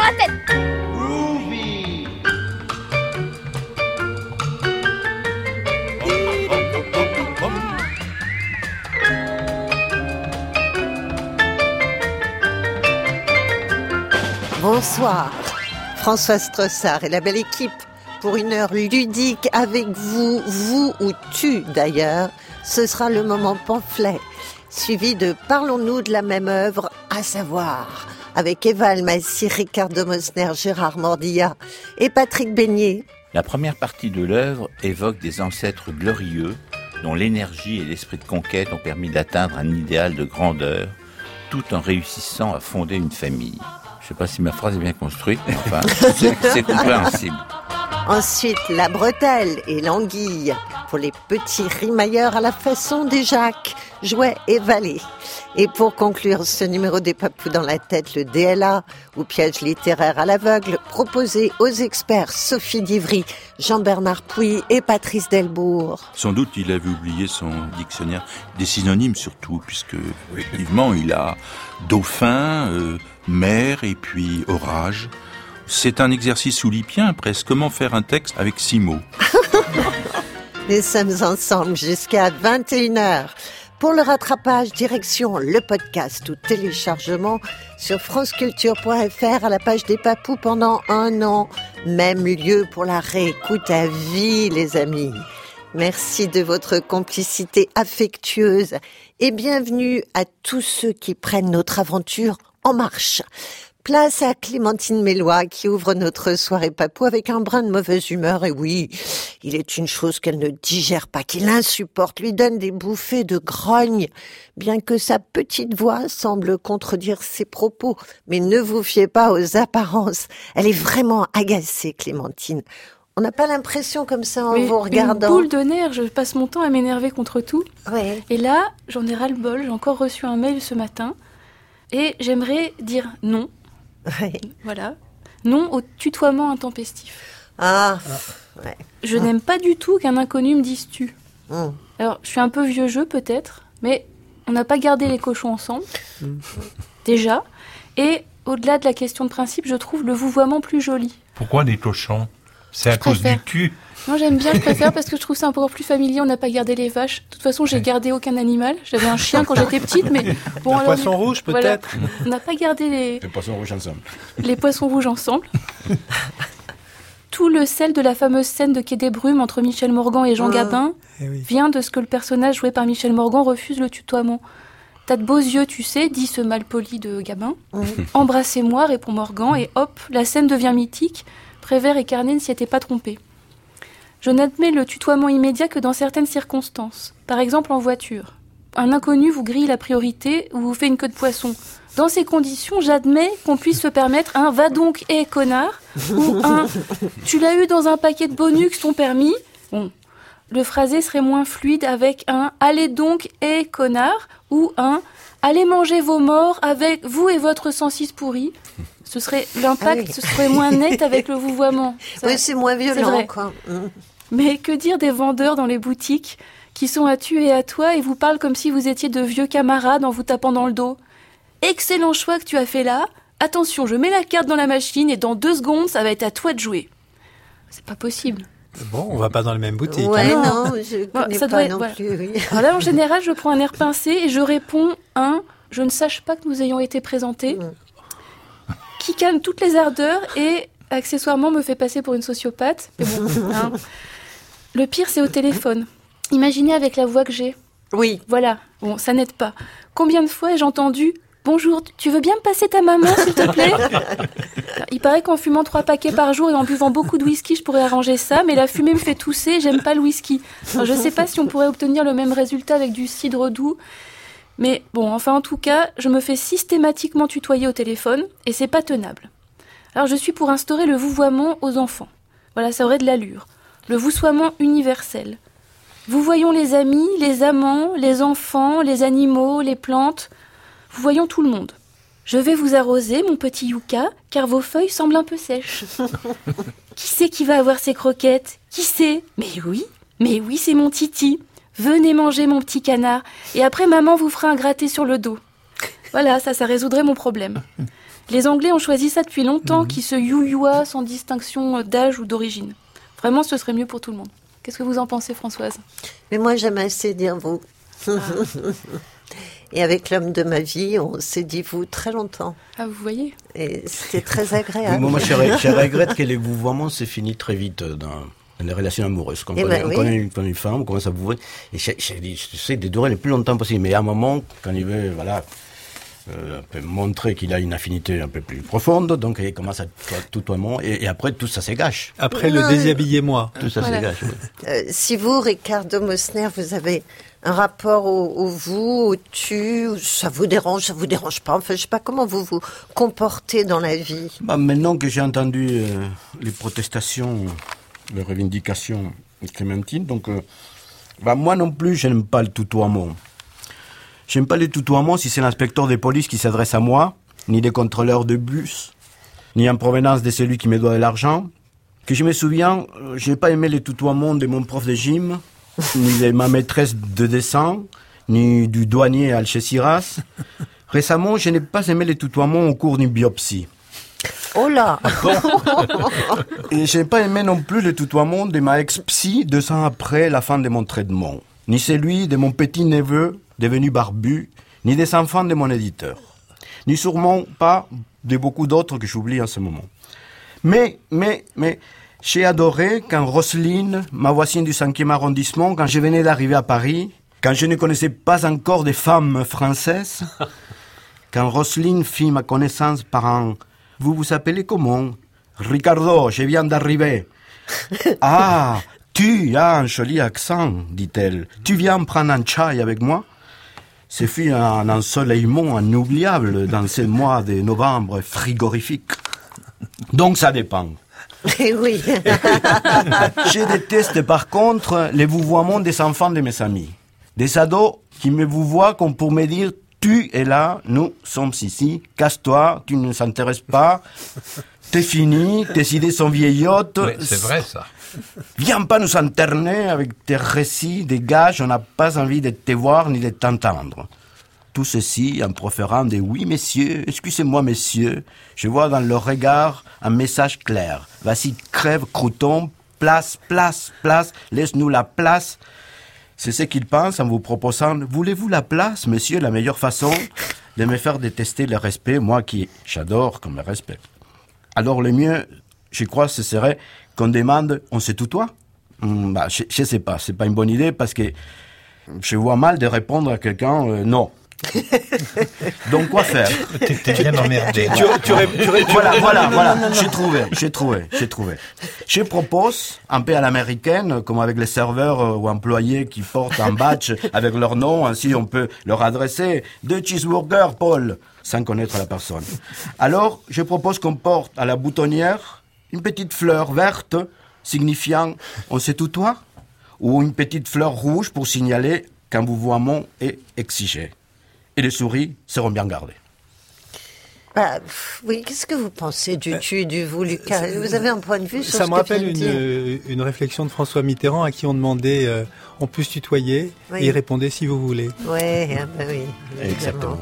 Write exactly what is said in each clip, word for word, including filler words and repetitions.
la tête. Groovy. Bonsoir, Françoise Strossard et la belle équipe pour une heure ludique avec vous, vous ou tu d'ailleurs. Ce sera le moment pamphlet, suivi de Parlons-nous de la même œuvre, à savoir avec Eva Almassi, Ricardo Mosner, Gérard Mordilla et Patrick Beignet. La première partie de l'œuvre évoque des ancêtres glorieux dont l'énergie et l'esprit de conquête ont permis d'atteindre un idéal de grandeur tout en réussissant à fonder une famille. Je ne sais pas si ma phrase est bien construite, mais enfin, c'est, c'est compréhensible. Ensuite, la bretelle et l'anguille pour les petits rimailleurs à la façon des Jacques, Jouet et Vallée. Et pour conclure ce numéro des Papous dans la tête, le D L A, ou piège littéraire à l'aveugle, proposé aux experts Sophie Divry, Jean-Bernard Pouy et Patrice Delbourg. Sans doute, il avait oublié son dictionnaire des synonymes surtout, puisque effectivement, il a dauphin, euh, mer et puis orage. C'est un exercice oulipien presque. Comment faire un texte avec six mots? Nous sommes ensemble jusqu'à vingt et une heures. Pour le rattrapage, direction le podcast ou téléchargement sur franceculture point f r à la page des Papous pendant un an. Même lieu pour la réécoute à vie, les amis. Merci de votre complicité affectueuse et bienvenue à tous ceux qui prennent notre aventure en marche. Place à Clémentine Mélois qui ouvre notre soirée papou avec un brin de mauvaise humeur. Et oui, il est une chose qu'elle ne digère pas, qu'il insupporte, lui donne des bouffées de grogne, bien que sa petite voix semble contredire ses propos. Mais ne vous fiez pas aux apparences, elle est vraiment agacée, Clémentine. On n'a pas l'impression comme ça en Mais vous regardant. Une boule de nerfs, je passe mon temps à m'énerver contre tout. Ouais. Et là, j'en ai ras-le-bol, j'ai encore reçu un mail ce matin. Et j'aimerais dire non. Ouais. Voilà. Non au tutoiement intempestif. Ah, ouais. Je n'aime pas du tout qu'un inconnu me dise tu. Mmh. Alors, je suis un peu vieux jeu peut-être, mais on n'a pas gardé les cochons ensemble. Mmh. Déjà. Et au-delà de la question de principe, je trouve le vouvoiement plus joli. Pourquoi des cochons? C'est à je cause préfère. du cul. Non, j'aime bien, je préfère parce que je trouve ça encore plus familier. On n'a pas gardé les vaches. De toute façon, j'ai gardé aucun animal. J'avais un chien quand j'étais petite, mais bon. Un alors, poisson rouge, peut-être. Voilà. On n'a pas gardé les. Les poissons rouges ensemble. Les poissons rouges ensemble. Tout le sel de la fameuse scène de Quai des Brumes entre Michel Morgan et Jean mmh. Gabin eh oui. vient de ce que le personnage joué par Michel Morgan refuse le tutoiement. T'as de beaux yeux, tu sais, dit ce malpoli de Gabin. Mmh. Embrassez-moi, répond Morgan, et hop, la scène devient mythique. Prévert et Carnet ne s'y étaient pas trompés. Je n'admets le tutoiement immédiat que dans certaines circonstances. Par exemple en voiture. Un inconnu vous grille la priorité ou vous fait une queue de poisson. Dans ces conditions, j'admets qu'on puisse se permettre un « va donc, hé, connard » ou un « tu l'as eu dans un paquet de Bonux, ton permis ». Bon, le phrasé serait moins fluide avec un « allez donc, hé, connard » ou un « allez manger vos morts avec vous et votre cent six pourri ». Ce serait l'impact, ah oui. Ce serait moins net avec le vouvoiement. Ça, oui, c'est moins violent, c'est vrai. Quoi. Mmh. Mais que dire des vendeurs dans les boutiques qui sont à tu et à toi et vous parlent comme si vous étiez de vieux camarades en vous tapant dans le dos. Excellent choix que tu as fait là. Attention, je mets la carte dans la machine et dans deux secondes, ça va être à toi de jouer. C'est pas possible. Bon, on va pas dans les mêmes boutiques. Ouais, hein. non, je bon, connais ça pas doit être, non voilà. plus. Oui. Alors là, en général, je prends un air pincé et je réponds un « je ne sache pas que nous ayons été présentés mmh. ». Qui calme toutes les ardeurs et accessoirement me fait passer pour une sociopathe. Mais bon, hein. Le pire, c'est au téléphone. Imaginez avec la voix que j'ai. Oui. Voilà, bon, ça n'aide pas. Combien de fois ai-je entendu « Bonjour, tu veux bien me passer ta maman, s'il te plaît ?» Il paraît qu'en fumant trois paquets par jour et en buvant beaucoup de whisky, je pourrais arranger ça, mais la fumée me fait tousser, j'aime pas le whisky. Alors, je sais pas si on pourrait obtenir le même résultat avec du cidre doux. Mais bon, enfin en tout cas, je me fais systématiquement tutoyer au téléphone et c'est pas tenable. Alors je suis pour instaurer le vouvoiement aux enfants. Voilà, ça aurait de l'allure. Le vouvoiement universel. Vous voyons les amis, les amants, les enfants, les animaux, les plantes. Vous voyons tout le monde. Je vais vous arroser, mon petit Yuka, car vos feuilles semblent un peu sèches. Qui c'est qui va avoir ses croquettes? Qui c'est? Mais oui, mais oui, c'est mon Titi. Venez manger mon petit canard, et après maman vous fera un gratté sur le dos. Voilà, ça, ça résoudrait mon problème. Les Anglais ont choisi ça depuis longtemps, mmh. qui se you-youa sans distinction d'âge ou d'origine. Vraiment, ce serait mieux pour tout le monde. Qu'est-ce que vous en pensez, Françoise ? Mais moi, j'aime assez dire vous. Ah. Et avec l'homme de ma vie, on s'est dit vous très longtemps. Ah, vous voyez ? Et c'était très agréable. Moi, je, je regrette que les vouvoiements s'est fini très vite dans, dans les relations amoureuses. Quand on, ben, on oui. connaît une, une femme, on commence à vouvoyer. Et j'essaie de durer le plus longtemps possible. Mais à un moment, quand il veut, voilà, euh, un peu montrer qu'il a une affinité un peu plus profonde, donc il commence à tutoiement. Et, et après, tout ça se gâche. Après non, le déshabillez-moi. Tout ça voilà. se gâche. Oui. Euh, si vous, Ricardo Mosner, vous avez un rapport au, au vous, au tu, ça vous dérange, ça vous dérange pas. Enfin, je sais pas comment vous vous comportez dans la vie. Bah, maintenant que j'ai entendu euh, les protestations, les revendications de Clémentine, donc euh, bah, moi non plus, je n'aime pas le tutoiement. J'aime pas le tutoiement si c'est l'inspecteur de police qui s'adresse à moi, ni des contrôleurs de bus, ni en provenance de celui qui me doit de l'argent. Que je me souviens, euh, j'ai pas aimé le tutoiement de mon prof de gym, ni de ma maîtresse de dessin, ni du douanier Algeciras. Récemment, je n'ai pas aimé les tutoiements au cours d'une biopsie. Oh là. Et je n'ai pas aimé non plus le tutoiement de ma ex-psy deux ans après la fin de mon traitement. Ni celui de mon petit-neveu devenu barbu, ni des enfants de mon éditeur. Ni sûrement pas de beaucoup d'autres que j'oublie en ce moment. Mais, mais, mais... j'ai adoré quand Roselyne, ma voisine du cinquième arrondissement, quand je venais d'arriver à Paris, quand je ne connaissais pas encore des femmes françaises, quand Roselyne fit ma connaissance par un « Vous vous appelez comment ?»« Ricardo, je viens d'arriver. »« Ah, tu as un joli accent, dit-elle. Tu viens prendre un chai avec moi ?» Ce fut un ensoleillement inoubliable dans ce mois de novembre frigorifique. Donc ça dépend. Eh oui. Je déteste par contre les vouvoiements des enfants de mes amis. Des ados qui me vouvoient comme pour me dire « Tu es là, nous sommes ici, casse-toi, tu ne nous intéresses pas, t'es fini, tes idées sont vieillottes. » Oui, c'est vrai ça. Viens pas nous interner avec tes récits, dégage, on n'a pas envie de te voir ni de t'entendre. Tout ceci en proférant des « oui, messieurs, excusez-moi, messieurs ». Je vois dans leur regard un message clair. « Vas-y, crève, crouton, place, place, place, laisse-nous la place ». C'est ce qu'ils pensent en vous proposant « Voulez-vous la place, monsieur ?» La meilleure façon de me faire détester le respect, moi qui j'adore qu'on me respecte. Alors le mieux, je crois, ce serait qu'on demande « On se tutoie ?» hum, bah, Je ne sais pas, c'est pas une bonne idée parce que je vois mal de répondre à quelqu'un euh, « Non ». Donc quoi faire? T'es, t'es bien emmerdé. Tu, tu, tu, tu, voilà, voilà, voilà. J'ai trouvé, j'ai trouvé, j'ai trouvé. Je propose, un peu à l'américaine, comme avec les serveurs ou employés qui portent un badge avec leur nom, ainsi on peut leur adresser deux cheeseburgers, Paul, sans connaître la personne. Alors, je propose qu'on porte à la boutonnière une petite fleur verte signifiant on se tutoie, ou une petite fleur rouge pour signaler qu'un vouvoiement est exigé. Et les souris seront bien gardées. Bah, oui, qu'est-ce que vous pensez du tu et du vous, Lucas? Vous avez un point de vue sur Ça ce me que rappelle vient de une, dire une réflexion de François Mitterrand à qui on demandait euh, on peut se tutoyer, oui. Et il répondait si vous voulez. Ouais, ah bah oui, exactement.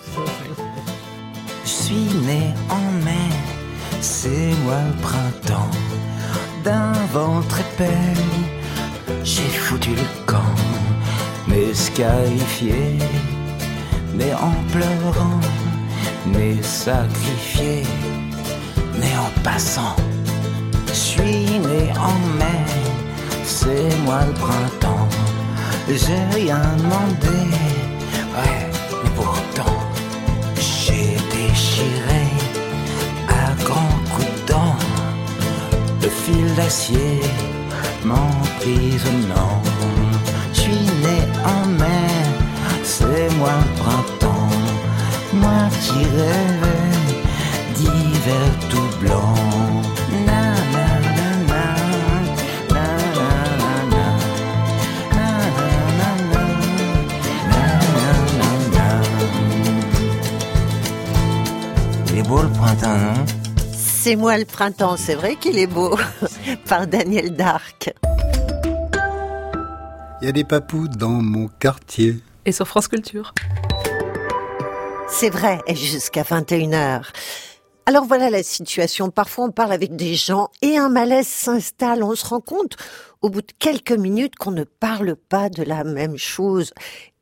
Je suis né en mai, c'est moi le printemps. D'un vent très épais, j'ai foutu le camp, mais scarifié. Mais en pleurant, mais sacrifié, mais en passant. Je suis né en mai, c'est moi le printemps. J'ai rien demandé, ouais, mais pourtant j'ai déchiré à grands coups de dents le fil d'acier m'emprisonnant. Je suis né en mai. C'est moi le printemps, moi qui rêvais d'hiver tout blanc. Na na na na, na na na na, na na na na, na. Il est beau le printemps, non? C'est moi le printemps, c'est vrai qu'il est beau, par Daniel Darc. Il y a des papous dans mon quartier. Et sur France Culture. C'est vrai, et jusqu'à vingt et une heures. Alors voilà la situation. Parfois on parle avec des gens et un malaise s'installe. On se rend compte au bout de quelques minutes qu'on ne parle pas de la même chose.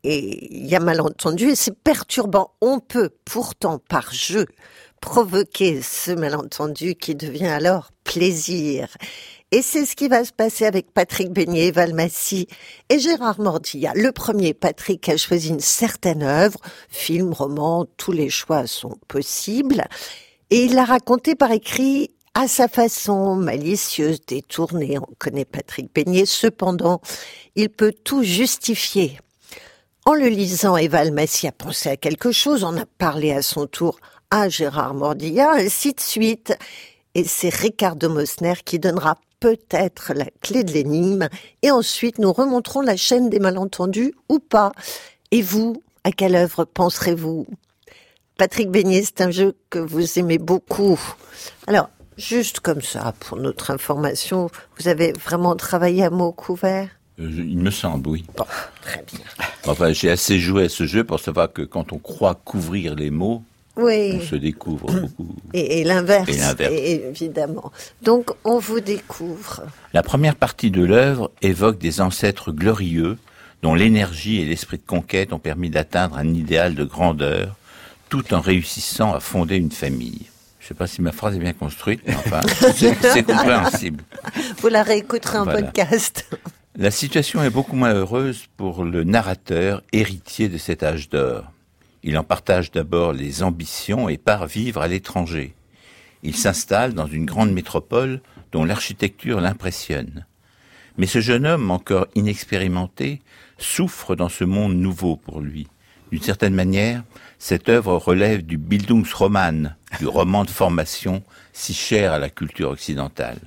Et il y a malentendu et c'est perturbant. On peut pourtant par jeu provoquer ce malentendu qui devient alors plaisir. Et c'est ce qui va se passer avec Patrick Beignet, Val Massy et Gérard Mordillat. Le premier, Patrick, a choisi une certaine œuvre, film, roman, tous les choix sont possibles. Et il l'a raconté par écrit à sa façon, malicieuse, détournée. On connaît Patrick Beignet, cependant, il peut tout justifier. En le lisant, Val Massy a pensé à quelque chose, on a parlé à son tour à Gérard Mordillat, ainsi de suite. Et c'est Ricardo Mosner qui donnera peut-être la clé de l'énigme. Et ensuite, nous remonterons la chaîne des malentendus ou pas. Et vous, à quelle œuvre penserez-vous ? Patrick Beignet, c'est un jeu que vous aimez beaucoup. Alors, juste comme ça, pour notre information, vous avez vraiment travaillé à mots couverts ? Euh, Il me semble, oui. Bon, très bien. Enfin, j'ai assez joué à ce jeu pour savoir que quand on croit couvrir les mots, Oui. on se découvre beaucoup. Et, et l'inverse, Et l'inverse. et- évidemment. Donc, on vous découvre. La première partie de l'œuvre évoque des ancêtres glorieux dont l'énergie et l'esprit de conquête ont permis d'atteindre un idéal de grandeur, tout en réussissant à fonder une famille. Je ne sais pas si ma phrase est bien construite, mais enfin, c'est, c'est compréhensible. Vous la réécouterez en Voilà. podcast. La situation est beaucoup moins heureuse pour le narrateur, héritier de cet âge d'or. Il en partage d'abord les ambitions et part vivre à l'étranger. Il s'installe dans une grande métropole dont l'architecture l'impressionne. Mais ce jeune homme, encore inexpérimenté, souffre dans ce monde nouveau pour lui. D'une certaine manière, cette œuvre relève du Bildungsroman, du roman de formation si cher à la culture occidentale.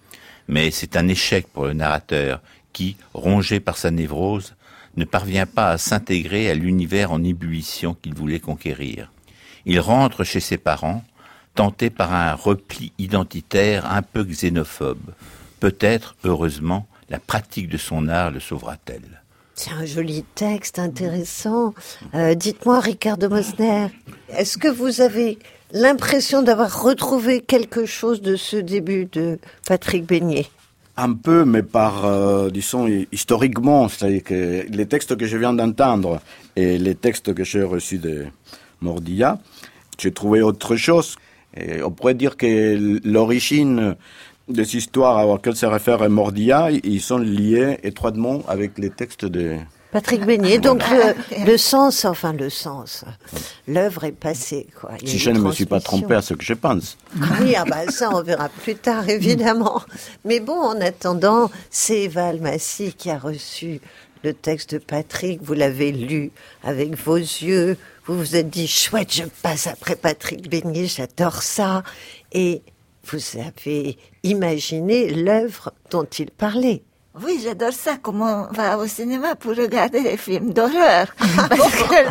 Mais c'est un échec pour le narrateur qui, rongé par sa névrose, ne parvient pas à s'intégrer à l'univers en ébullition qu'il voulait conquérir. Il rentre chez ses parents, tenté par un repli identitaire un peu xénophobe. Peut-être, heureusement, la pratique de son art le sauvera-t-elle. C'est un joli texte, intéressant. Euh, dites-moi, Ricardo Mosner, est-ce que vous avez l'impression d'avoir retrouvé quelque chose de ce début de Patrick Beignet ? Un peu, mais par, euh, disons, historiquement, c'est-à-dire que les textes que je viens d'entendre et les textes que j'ai reçus de Mordillat, j'ai trouvé autre chose. Et on pourrait dire que l'origine des histoires à laquelle se réfère Mordillat, ils sont liés étroitement avec les textes de... Patrick Beignet, donc le, le sens, enfin le sens, l'œuvre est passée, quoi. Il y a Si une je ne me suis pas transmission. trompé à ce que je pense. Oui, ah bah ça on verra plus tard, évidemment. Mais bon, en attendant, c'est Val Massy qui a reçu le texte de Patrick. Vous l'avez lu avec vos yeux. Vous vous êtes dit, chouette, je passe après Patrick Beignet, j'adore ça. Et vous avez imaginé l'œuvre dont il parlait. Oui, j'adore ça, comme on va au cinéma pour regarder les films d'horreur. Parce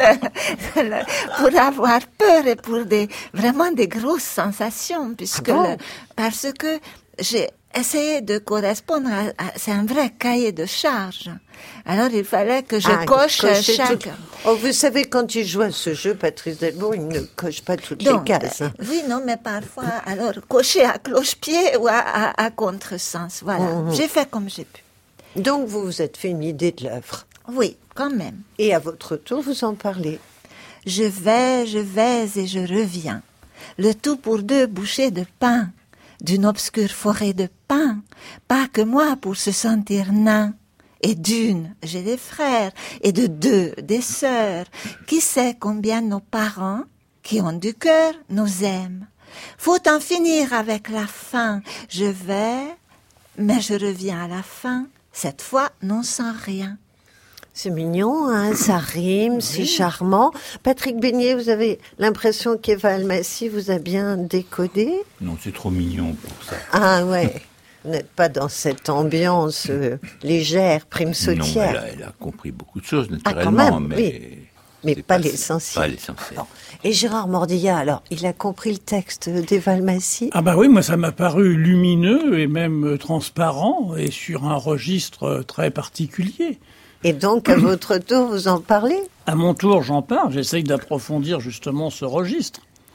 que le, le, pour avoir peur et pour des, vraiment des grosses sensations, puisque Ah bon le, parce que j'ai essayé de correspondre à, à, c'est un vrai cahier de charge. Alors il fallait que je Ah, coche cocher chaque... tout- Oh, vous savez, quand il joue à ce jeu, Patrice Delbourg, il ne coche pas toutes Donc, les cases. hein. euh, oui, non, mais parfois, alors, cocher à cloche-pied ou à, à, à contresens, voilà. Mhm. J'ai fait comme j'ai pu. Donc vous vous êtes fait une idée de l'œuvre. Oui, quand même. Et à votre tour, vous en parlez. Je vais, je vais et je reviens. Le tout pour deux bouchées de pain, d'une obscure forêt de pins, pas que moi pour se sentir nain. Et d'une, j'ai des frères, et de deux, des sœurs. Qui sait combien nos parents, qui ont du cœur, nous aiment. Faut en finir avec la faim. Je vais, mais je reviens à la fin. Cette fois, non sans rien. C'est mignon, hein, ça rime, c'est charmant. Patrick Beignet, vous avez l'impression qu'Eva Almassi vous a bien décodé ? Non, c'est trop mignon pour ça. Ah ouais, vous n'êtes pas dans cette ambiance euh, légère, prime Non, sautière. elle a, elle a compris beaucoup de choses, Ah, quand naturellement, même, mais... oui. Mais c'est pas c'est l'essentiel. Pas l'essentiel. Bon. Et Gérard Mordillat, alors, il a compris le texte d'Eva Almassi ? Ah bah oui, moi ça m'a paru lumineux et même transparent et sur un registre très particulier. Et donc, à votre tour, vous en parlez ? À mon tour, j'en parle, j'essaye d'approfondir justement ce registre.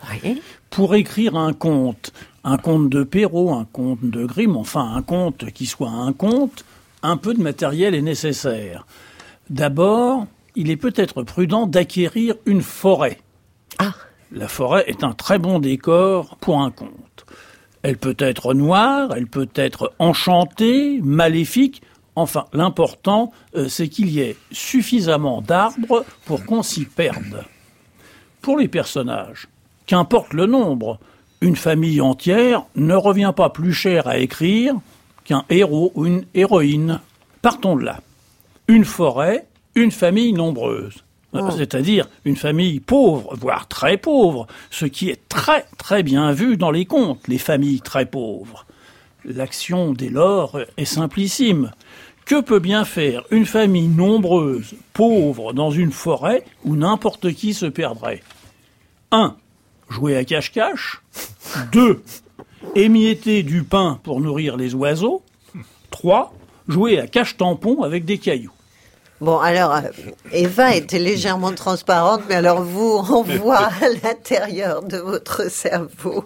Oui. Pour écrire un conte, un conte de Perrault, un conte de Grimm, enfin un conte qui soit un conte, un peu de matériel est nécessaire. D'abord, il est peut-être prudent d'acquérir une forêt. Ah. La forêt est un très bon décor pour un conte. Elle peut être noire, elle peut être enchantée, maléfique. Enfin, l'important, euh, c'est qu'il y ait suffisamment d'arbres pour qu'on s'y perde. Pour les personnages, qu'importe le nombre, une famille entière ne revient pas plus cher à écrire qu'un héros ou une héroïne. Partons de là. Une forêt, une famille nombreuse. Oh. C'est-à-dire une famille pauvre, voire très pauvre, ce qui est très très bien vu dans les contes, les familles très pauvres. L'action, dès lors, est simplissime. Que peut bien faire une famille nombreuse, pauvre, dans une forêt où n'importe qui se perdrait ? un. Jouer à cache-cache. deux. Émietter du pain pour nourrir les oiseaux. trois. Jouer à cache-tampon avec des cailloux. Bon, alors, euh, Eva était légèrement transparente, mais alors vous, on voit à l'intérieur de votre cerveau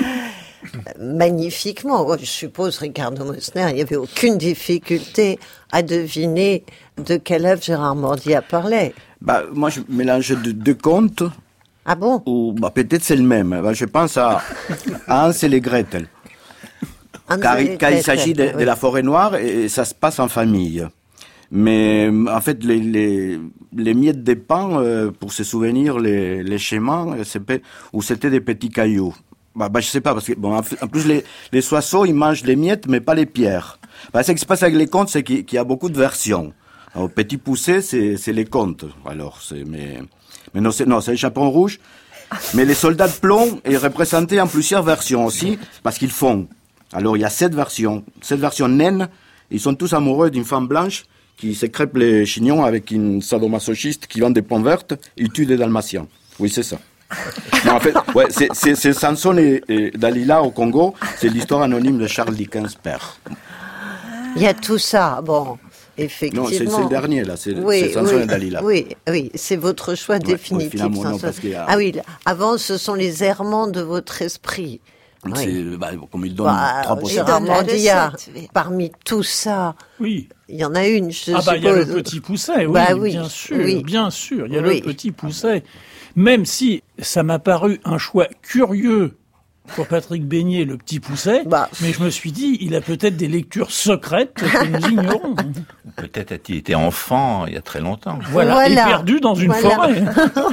magnifiquement. Je suppose, Ricardo Mosner, il n'y avait aucune difficulté à deviner de quelle œuvre Gérard Mordy a parlé. Bah, moi, je mélange deux de contes. Ah bon? Ou bah, peut-être c'est le même. Bah, je pense à, à Hansel et Gretel. Hansel Car, et car il Gretel, s'agit de, oui. de la forêt noire et ça se passe en famille. Mais en fait, les, les, les miettes de pain, euh, pour se souvenir, les, les schémas, c'est, où c'était des petits cailloux. Bah, bah, je sais pas, parce que, bon, en, en plus, les, les oiseaux, ils mangent les miettes, mais pas les pierres. Bah, ce qui se passe avec les contes, c'est qu'il, qu'il y a beaucoup de versions. Au Petit Poucet, c'est, c'est les contes. Alors, c'est, mais, mais non, c'est, non, c'est le Chaperon Rouge. Mais les soldats de plomb est représenté en plusieurs versions aussi, parce qu'ils font. Alors, il y a sept versions. Sept versions naines. Ils sont tous amoureux d'une femme blanche qui se crêpe les chignons avec une sadomasochiste qui vend des pommes vertes, il tue des dalmatiens. Oui, c'est ça. Non, en fait, ouais, c'est, c'est, c'est Samson et, et Dalila au Congo, c'est l'histoire anonyme de Charles Dickens père. Il y a tout ça, bon, effectivement. Non, c'est, c'est le dernier, là, c'est, oui, c'est Samson oui, et Dalila. Oui, oui, c'est votre choix ouais, définitif. Oui, non, Samson. parce qu'il y a... Ah oui, avant, ce sont les errements de votre esprit. C'est, oui. bah, comme il donne bah, trois Gérard Mordy, oui. parmi tout ça, oui. il y en a une, je Ah bah il y a suppose. le Petit Pousset, oui, bah, oui bien sûr, oui. bien sûr, il y a oui. le Petit Pousset. Même si ça m'a paru un choix curieux pour Patrick Beignet, le Petit Pousset, bah. mais je me suis dit, il a peut-être des lectures secrètes que nous ignorons. Peut-être a-t-il été enfant il y a très longtemps. Voilà, voilà. et perdu dans une voilà. forêt.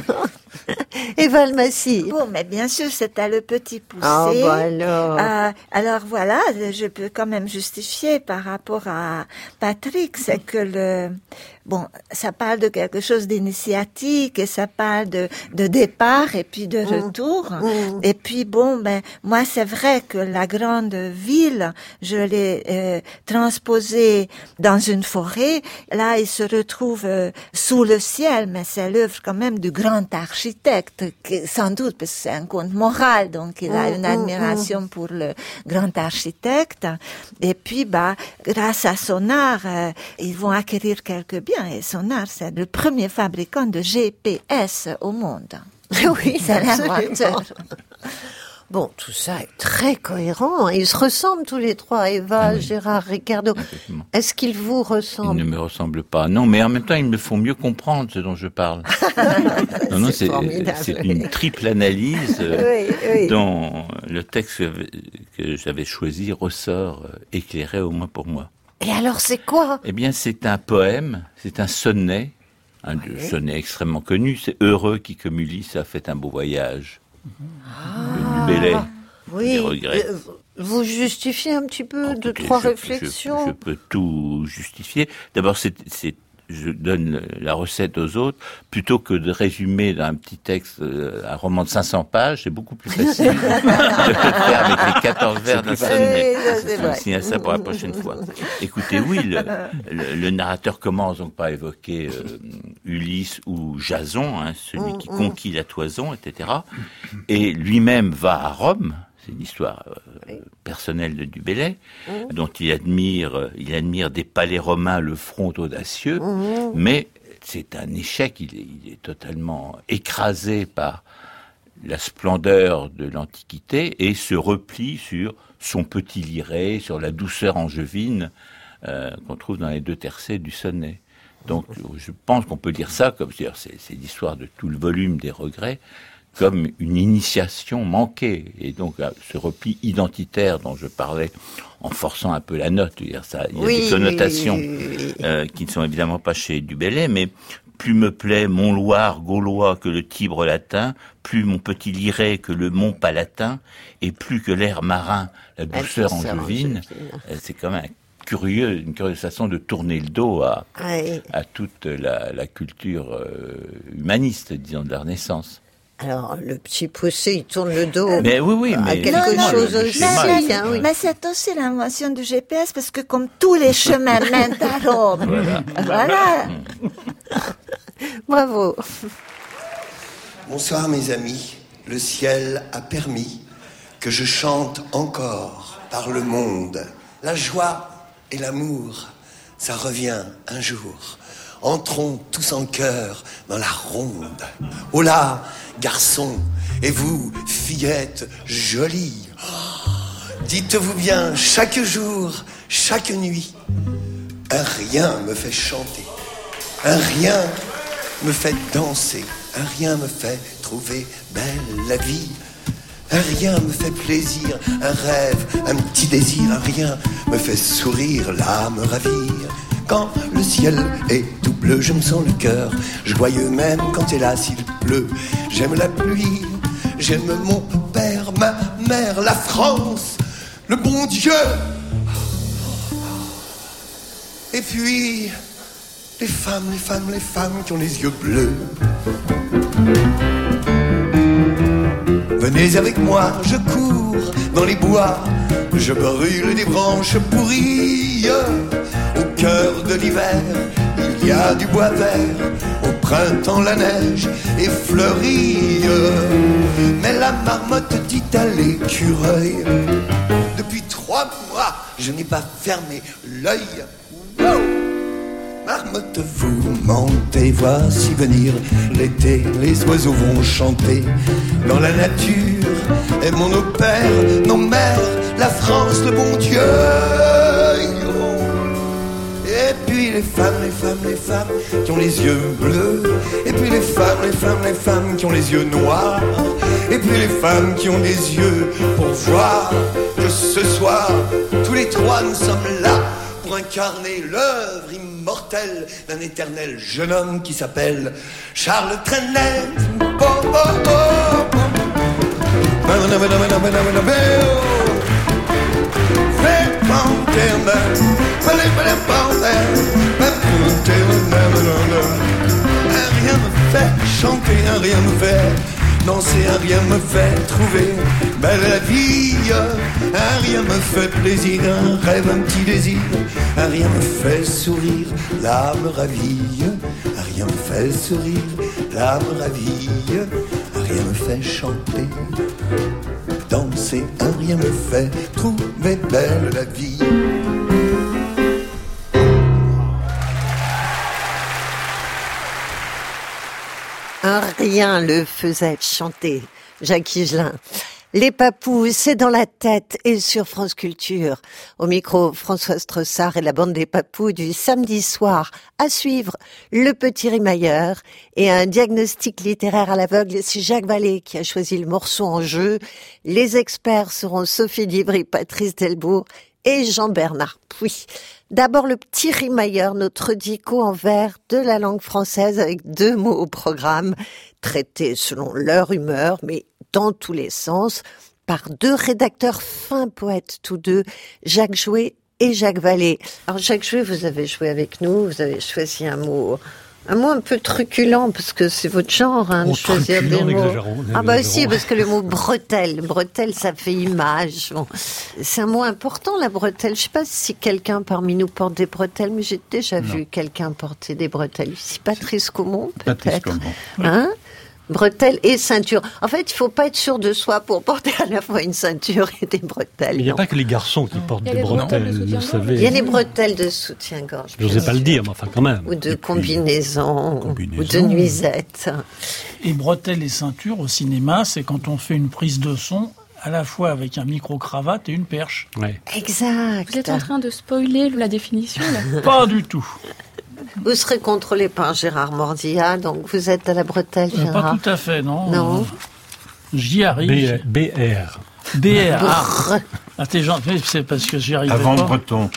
Et Valmassi. Bon, mais bien sûr, c'était le Petit Poucet. Ah, bah alors. Euh, alors voilà, je peux quand même justifier par rapport à Patrick, c'est que le, bon, ça parle de quelque chose d'initiatique et ça parle de, de départ et puis de retour. Mmh. Et puis bon, ben, moi, c'est vrai que la grande ville, je l'ai euh, transposée dans une forêt. Là, il se retrouve euh, sous le ciel, mais c'est l'œuvre quand même du grand architecte, qui, sans doute, parce que c'est un conte moral, donc il a mmh, une admiration mmh. pour le grand architecte. Et puis, bah, grâce à son art, euh, ils vont acquérir quelques biens. Et son art, c'est le premier fabricant de G P S au monde. Oui, c'est l'inventeur. Bon, tout ça est très cohérent. Ils se ressemblent tous les trois, Eva, oui. Gérard, Ricardo. Exactement. Est-ce qu'ils vous ressemblent? Ils ne me ressemblent pas. Non, mais en même temps, ils me font mieux comprendre ce dont je parle. non, non, c'est, c'est une triple analyse euh, oui, oui. dont le texte que j'avais choisi ressort euh, éclairé au moins pour moi. Et alors, c'est quoi? Eh bien, c'est un poème, c'est un sonnet, un oui. sonnet extrêmement connu. C'est Heureux qui, comme Ulysse, a fait un beau voyage. Ah, le Bellay, oui. des regrets. Vous justifiez un petit peu en de cas, trois je, réflexions. Je, je peux tout justifier. D'abord, c'est, c'est, je donne la recette aux autres plutôt que de résumer dans un petit texte un roman de cinq cents pages. C'est beaucoup plus facile de le faire avec les quatorze vers d'un sonnet. Je signe à ça pour la prochaine fois. Écoutez, oui, le, le, le narrateur commence donc par évoquer euh, Ulysse ou Jason, hein, celui qui conquit la toison, et cetera. Et lui-même va à Rome. C'est une histoire euh, personnelle de Du Bellay, mmh. dont il admire, euh, il admire des palais romains le front audacieux, mmh. mais c'est un échec. Il est, il est totalement écrasé par la splendeur de l'Antiquité et se replie sur son petit lyret, sur la douceur angevine euh, qu'on trouve dans les deux tercets du sonnet. Donc je pense qu'on peut dire ça, comme c'est, c'est l'histoire de tout le volume des regrets, comme une initiation manquée. Et donc ce repli identitaire dont je parlais en forçant un peu la note, dire ça, il y a oui, des connotations oui, oui, oui, oui. Euh, qui ne sont évidemment pas chez Du Bellay, mais plus me plaît mon Loire gaulois que le Tibre latin, plus mon petit lyret que le Mont Palatin, et plus que l'air marin, la douceur angevine. C'est quand même un curieux, une curieuse façon de tourner le dos à, ouais. à toute la, la culture euh, humaniste, disons, de la Renaissance. Alors, le petit poussé, il tourne le dos mais oui, oui, mais à quelque non, chose non, aussi. Mais, hein, oui. mais c'est aussi l'invention du G P S, parce que comme tous les chemins mènent à Rome, voilà. voilà. Bravo. Bonsoir mes amis, le ciel a permis que je chante encore par le monde. La joie et l'amour, ça revient un jour. Entrons tous en chœur dans la ronde. Oh là, garçons, et vous, fillettes jolies, oh, dites-vous bien, chaque jour, chaque nuit, un rien me fait chanter, un rien me fait danser, un rien me fait trouver belle la vie. Un rien me fait plaisir, un rêve, un petit désir, un rien me fait sourire, l'âme ravir. Quand le ciel est tout bleu, je me sens le cœur joyeux même quand hélas il pleut. J'aime la pluie, j'aime mon père, ma mère, la France, le bon Dieu. Et puis, les femmes, les femmes, les femmes qui ont les yeux bleus. Venez avec moi, je cours dans les bois, je brûle des branches pourries. Au cœur de l'hiver, il y a du bois vert, au printemps la neige est fleurie. Mais la marmotte dit à l'écureuil, depuis trois mois, je n'ai pas fermé l'œil. Marmotte, vous mentez, voici venir l'été, les oiseaux vont chanter dans la nature. Aimons nos pères, nos mères, la France, le bon Dieu. Et puis les femmes, les femmes, les femmes qui ont les yeux bleus. Et puis les femmes, les femmes, les femmes qui ont les yeux noirs. Et puis les femmes qui ont des yeux pour voir que ce soir, tous les trois nous sommes là pour incarner l'œuvre immortelle d'un éternel jeune homme qui s'appelle Charles Trenet. Oh, oh, oh, oh. Un rien me fait chanter, un rien me fait danser, un rien me fait trouver belle la vie. Un rien me fait plaisir, un rêve, un petit désir. Un rien me fait sourire, l'âme ravie. Un rien me fait sourire, l'âme ravie. Un rien me fait chanter, danser. Un rien me fait trouver belle la vie. Un rien le faisait chanter, Jacques Higelin. Les Papous, c'est dans la tête et sur France Culture. Au micro, Françoise Tressard et la bande des Papous du samedi soir. À suivre, Le Petit Rimailleur et un diagnostic littéraire à l'aveugle. C'est Jacques Vallée qui a choisi le morceau en jeu. Les experts seront Sophie Divry, Patrice Delbourg et Jean-Bernard Pouy. D'abord, Le Petit Rimailleur, notre dico en vers de la langue française avec deux mots au programme, traités selon leur humeur, mais dans tous les sens, par deux rédacteurs fins poètes, tous deux, Jacques Jouet et Jacques Vallée. Alors Jacques Jouet, vous avez joué avec nous, vous avez choisi un mot... Un mot un peu truculent, parce que c'est votre genre, hein, oh, de choisir des mots. Exagérons, ah bah si, parce que le mot bretelle, bretelle, ça fait image. Bon. C'est un mot important, la bretelle. Je sais pas si quelqu'un parmi nous porte des bretelles, mais j'ai déjà non. vu quelqu'un porter des bretelles. Ici, Patrice Caumont, peut-être. Patrice Caumont. Hein? Bretelles et ceinture. En fait, il faut pas être sûr de soi pour porter à la fois une ceinture et des bretelles. Mais il n'y a non. pas que les garçons qui portent Il y a des les bretelles de bretelles, vous soutien-gorge. savez. Il y a les bretelles de soutien-gorge. Je n'osais pas le dire, mais enfin quand même. Ou de puis, combinaison, combinaison. ou de nuisette. Et bretelles et ceintures au cinéma, c'est quand on fait une prise de son à la fois avec un micro-cravate et une perche. Ouais. Exact. Vous êtes en train de spoiler la définition, là. Pas du tout. Vous serez contrôlé par Gérard Mordillat, donc vous êtes à la bretelle, Euh, Gérard. pas tout à fait, non. Non. Euh, J'y arrive. B R. B R. Ah, ah t'es gentil, c'est parce que j'y arrive Avant pas. breton.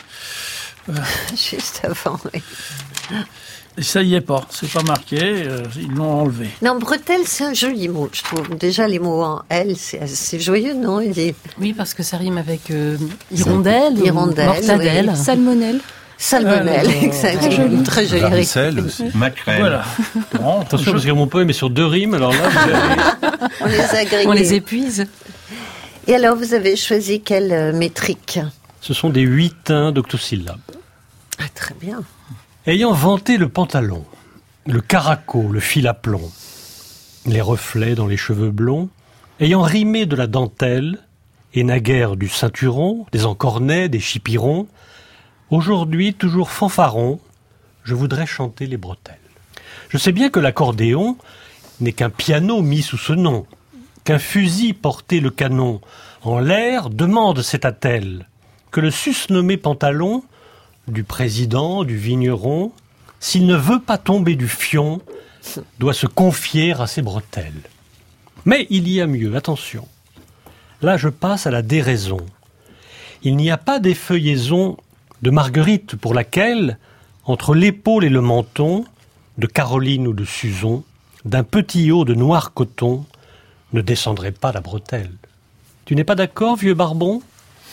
Juste avant, oui. Et ça y est pas, c'est pas marqué, euh, ils l'ont enlevé. Non, bretelle, c'est un joli mot, je trouve. Déjà, les mots en L, c'est assez joyeux, non il dit... Oui, parce que ça rime avec euh, hirondelle, ou Hirondelle, mortadelle. oui. Salmonelle. Salmonelle, Alors, exactement. très joli. Très joli. Varicelle aussi. Macrel. Voilà. Bon, Attention, je- parce que mon poème est sur deux rimes, alors là, vous avez- On les a grillés. On les épuise. Et alors, vous avez choisi quelle euh, métrique? ce sont des huitains d'octosyllabes. Ah, très bien. Ayant vanté le pantalon, le caraco, le fil à plomb, les reflets dans les cheveux blonds, ayant rimé de la dentelle, et naguère du ceinturon, des encornets, des chipirons, aujourd'hui toujours fanfaron, je voudrais chanter les bretelles. Je sais bien que l'accordéon n'est qu'un piano mis sous ce nom, qu'un fusil porté le canon en l'air demande cette attelle, que le susnommé pantalon du président, du vigneron, s'il ne veut pas tomber du fion, doit se confier à ses bretelles. Mais il y a mieux, attention. Là, je passe à la déraison. Il n'y a pas d'effeuillaison de Marguerite pour laquelle, entre l'épaule et le menton, de Caroline ou de Suzon, d'un petit haut de noir coton, ne descendrait pas la bretelle. Tu n'es pas d'accord, vieux barbon?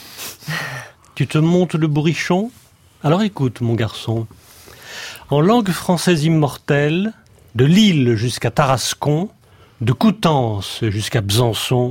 Tu te montes le bourrichon? Alors écoute, mon garçon. En langue française immortelle, de Lille jusqu'à Tarascon, de Coutances jusqu'à Besançon,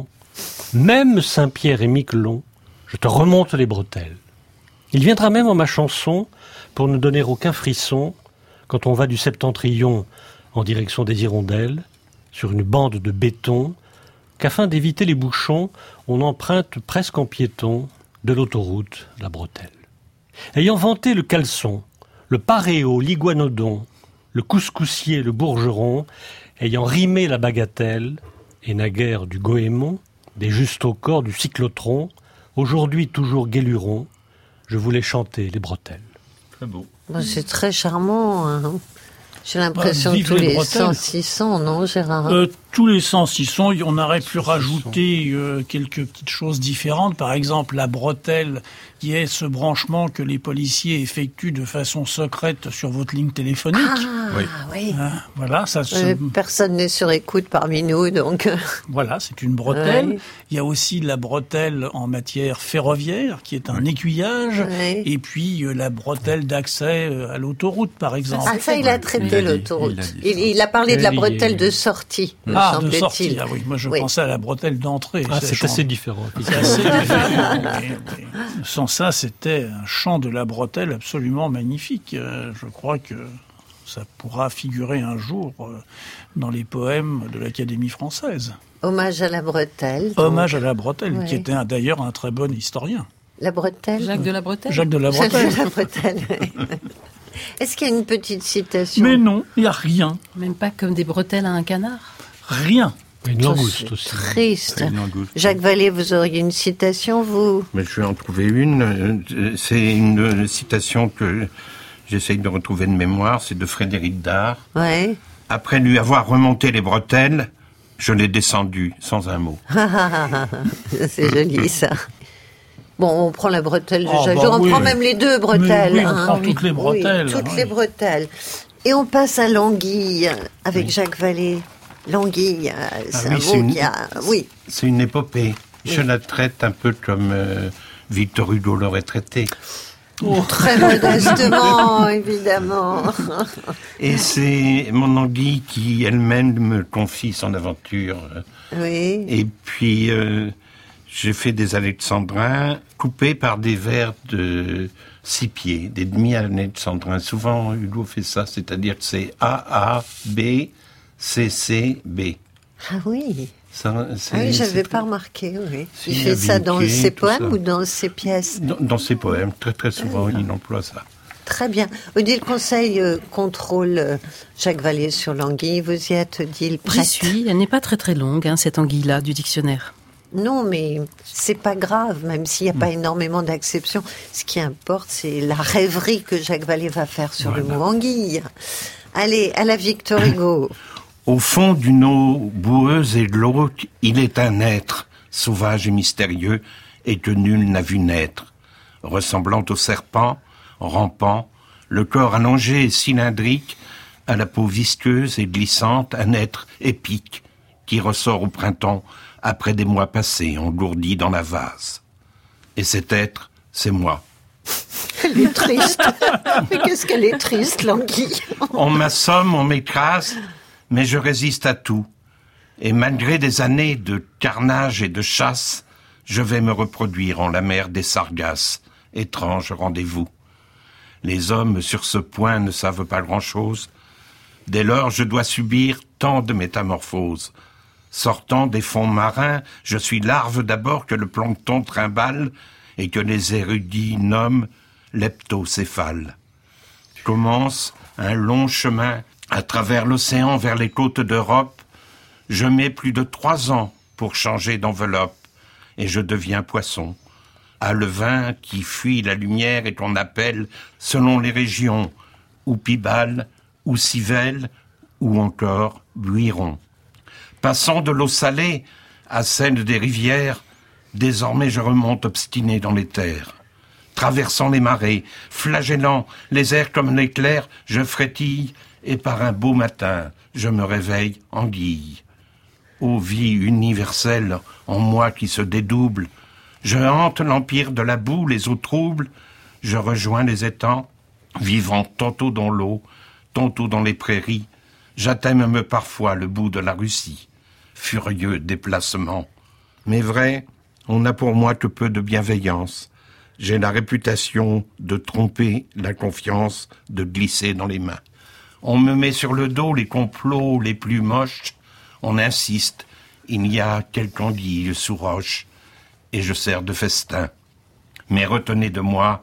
même Saint-Pierre et Miquelon, je te remonte les bretelles. Il viendra même en ma chanson, pour ne donner aucun frisson, quand on va du septentrion en direction des hirondelles, sur une bande de béton, qu'afin d'éviter les bouchons, on emprunte presque en piéton de l'autoroute la bretelle. Ayant vanté le caleçon, le paréo, l'iguanodon, le couscoussier, le bourgeron, ayant rimé la bagatelle, et naguère du goémon, des justes au corps du cyclotron, aujourd'hui toujours guéluron, je voulais chanter les bretelles. Très beau. Bon, c'est très charmant. Hein. J'ai l'impression Bah, que vive tous les les bretelles. sens y sont, non, Gérard? Euh, tous les sens y sont. On aurait pu rajouter euh, quelques petites choses différentes. Par exemple, la bretelle, qui est ce branchement que les policiers effectuent de façon secrète sur votre ligne téléphonique. Ah, Oui. oui. Hein, voilà, ça. se- Euh, personne n'est sur écoute parmi nous, donc... Voilà, c'est une bretelle. Ouais. Il y a aussi la bretelle en matière ferroviaire, qui est un aiguillage. Ouais. Et puis euh, la bretelle d'accès euh, à l'autoroute, par exemple. Ah, ça, il a Il traité a dit, l'autoroute. il a dit Il, ça. il a parlé de la Oui, bretelle il- de sortie, me Ah, de semble-t-il. sortie. Ah oui, moi je Oui. pensais à la bretelle d'entrée. Ah, c'est champ- assez différent. C'est assez différent, oui, oui. Sans ça, c'était un chant de la bretelle absolument magnifique. Euh, je crois que ça pourra figurer un jour euh, dans les poèmes de l'Académie française. Hommage à la bretelle. donc. Hommage à la bretelle, Ouais. qui était un- d'ailleurs un très bon historien. La bretelle. Jacques de la Bretelle. Jacques de la Jacques Bretelle. de la bretelle, oui. Est-ce qu'il y a une petite citation? Mais non, il n'y a rien. Même pas comme des bretelles à un canard. Rien. Une Ça, langouste c'est aussi. Triste. Une langouste. Jacques Vallée, vous auriez une citation, vous? Mais je vais en trouver une. Euh, C'est une euh, citation que j'essaye de retrouver de mémoire. C'est de Frédéric Dard. Ouais. Après lui avoir remonté les bretelles, je l'ai descendu sans un mot. C'est joli, ça. Bon, on prend la bretelle de Oh, Jacques. bah on oui. prend même les deux bretelles. Mais oui, on hein. prend toutes les bretelles, Oui, toutes oui. les bretelles. Et on passe à l'anguille avec Jacques Vallée. L'anguille, euh, c'est oui, un c'est mot une- qui a... Oui. C'est une épopée. Je la traite un peu comme euh, Victor Hugo l'aurait traité. Très modestement, évidemment. Et c'est mon anguille qui elle-même me confie son aventure. Oui. Et puis, euh, j'ai fait des alexandrins coupés par des vers de six pieds, des demi-alexandrins. Souvent, Hugo fait ça, c'est-à-dire que c'est A, A, B, C, C, B. Ah oui. Ça, c'est, ah oui, j'avais c'est pas remarqué, oui. Si, il fait ça dans Vinquet, ses tout poèmes ça. ou dans ses pièces? Dans, dans ses poèmes, très très souvent, Ah. il emploie ça. Très bien. Odile Conseil euh, contrôle euh, Jacques Vallée sur l'anguille. Vous y êtes, Odile, J'y prête? suis. Elle n'est pas très très longue, hein, cette anguille-là du dictionnaire. Non, mais c'est pas grave, même s'il n'y a pas énormément d'acceptions. Ce qui importe, c'est la rêverie que Jacques Vallée va faire sur Voilà. le mot anguille. Allez, à la Victor Hugo. Au fond d'une eau boueuse et glauque, il est un être, sauvage et mystérieux, et que nul n'a vu naître. Ressemblant au serpent, rampant, le corps allongé et cylindrique, à la peau visqueuse et glissante, un être épique, qui ressort au printemps, après des mois passés, engourdi dans la vase. Et cet être, c'est moi. Elle est triste. Mais qu'est-ce qu'elle est triste, l'anguille. On m'assomme, on m'écrase, mais je résiste à tout. Et malgré des années de carnage et de chasse, je vais me reproduire en la mer des Sargasses. Étrange rendez-vous. Les hommes sur ce point ne savent pas grand-chose. Dès lors, je dois subir tant de métamorphoses. Sortant des fonds marins, je suis larve d'abord que le plancton trimballe et que les érudits nomment leptocéphale. Commence un long chemin à travers l'océan vers les côtes d'Europe. Je mets plus de trois ans pour changer d'enveloppe et je deviens poisson. Alevin qui fuit la lumière et qu'on appelle, selon les régions, ou pibale, ou civelle, ou encore buiron. Passant de l'eau salée à celle des rivières, désormais je remonte obstiné dans les terres. Traversant les marées, flagellant les airs comme l'éclair, je frétille et par un beau matin, je me réveille anguille. Ô vie universelle, en moi qui se dédouble, je hante l'empire de la boue, les eaux troubles, je rejoins les étangs, vivant tantôt dans l'eau, tantôt dans les prairies, j'atteins même parfois le bout de la Russie. Furieux déplacement. Mais vrai, on n'a pour moi que peu de bienveillance. J'ai la réputation de tromper la confiance, de glisser dans les mains. On me met sur le dos les complots les plus moches. On insiste, il y a quelque anguille sous roche, et je sers de festin. Mais retenez de moi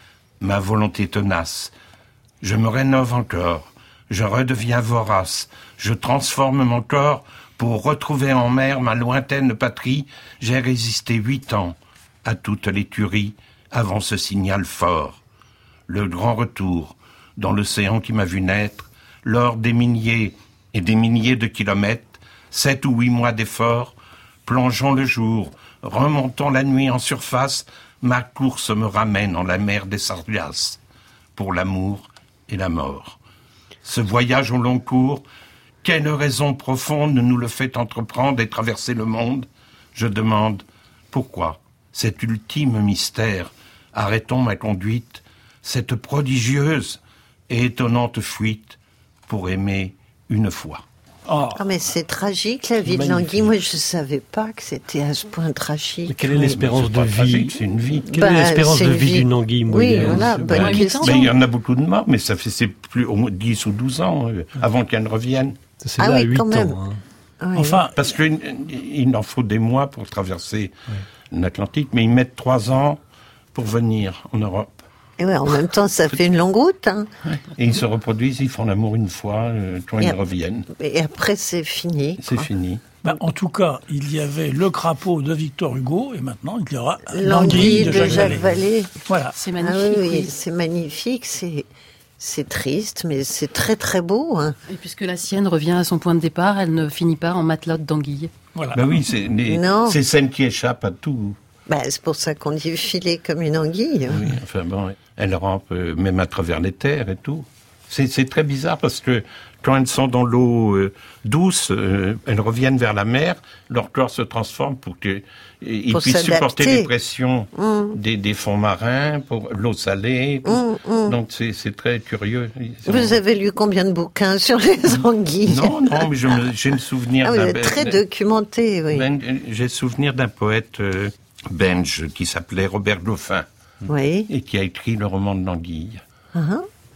ma volonté tenace. Je me rénove encore, je redeviens vorace, je transforme mon corps pour retrouver en mer ma lointaine patrie. J'ai résisté huit ans à toutes les tueries avant ce signal fort. Le grand retour dans l'océan qui m'a vu naître, lors des milliers et des milliers de kilomètres, sept ou huit mois d'efforts, plongeons le jour, remontons la nuit en surface, ma course me ramène en la mer des Sargasses, pour l'amour et la mort. Ce voyage au long cours, quelle raison profonde nous le fait entreprendre et traverser le monde? Je demande, pourquoi cet ultime mystère? Arrêtons ma conduite, cette prodigieuse et étonnante fuite pour aimer une fois. Oh. Ah, mais c'est tragique, la vie de l'anguille. Moi, je ne savais pas que c'était à ce point tragique. Mais quelle est l'espérance de vie tragique, c'est une vie. Quelle bah, est l'espérance de vie, vie d'une anguille moyenne? Oui, voilà, bonne ben, question. Mais il y en a beaucoup de morts, mais ça fait c'est plus au moins dix ou douze ans euh, avant qu'elle ne revienne. C'est ah là oui, huit ans. Hein. Oui. Enfin, parce qu'il il en faut des mois pour traverser oui. l'Atlantique, mais ils mettent trois ans pour venir en Europe. Et ouais, en même temps, ça fait une longue route. Hein. Et ils se reproduisent, ils font l'amour une fois, euh, quand et ils ap- reviennent. Et après, c'est fini. C'est fini. Ben, en tout cas, il y avait le crapaud de Victor Hugo, et maintenant, il y aura l'anguille de, de Jacques, Jacques Vallée. Vallée. Voilà. C'est magnifique. Ah oui, oui. c'est magnifique, c'est... C'est triste, mais c'est très très beau. Hein. Et puisque la sienne revient à son point de départ, elle ne finit pas en matelote d'anguille. Voilà. Ben oui, c'est, les, c'est celle qui échappe à tout. Ben, c'est pour ça qu'on dit filer comme une anguille. Oui, enfin bon, elle rampe même à travers les terres et tout. C'est, c'est très bizarre parce que quand elles sont dans l'eau euh, douce, euh, elles reviennent vers la mer, leur corps se transforme pour qu'ils puissent s'adapter. Supporter les pressions mmh. des, des fonds marins, pour l'eau salée. Mmh, mmh. Donc c'est, c'est très curieux. Vous avez lu combien de bouquins sur les anguilles? Non, non, mais je me, j'ai le souvenir ah, d'un... Vous êtes très documenté, oui. Ben, j'ai le souvenir d'un poète euh, belge qui s'appelait Robert Goffin. Oui. Et qui a écrit le roman de l'anguille. Uh-huh.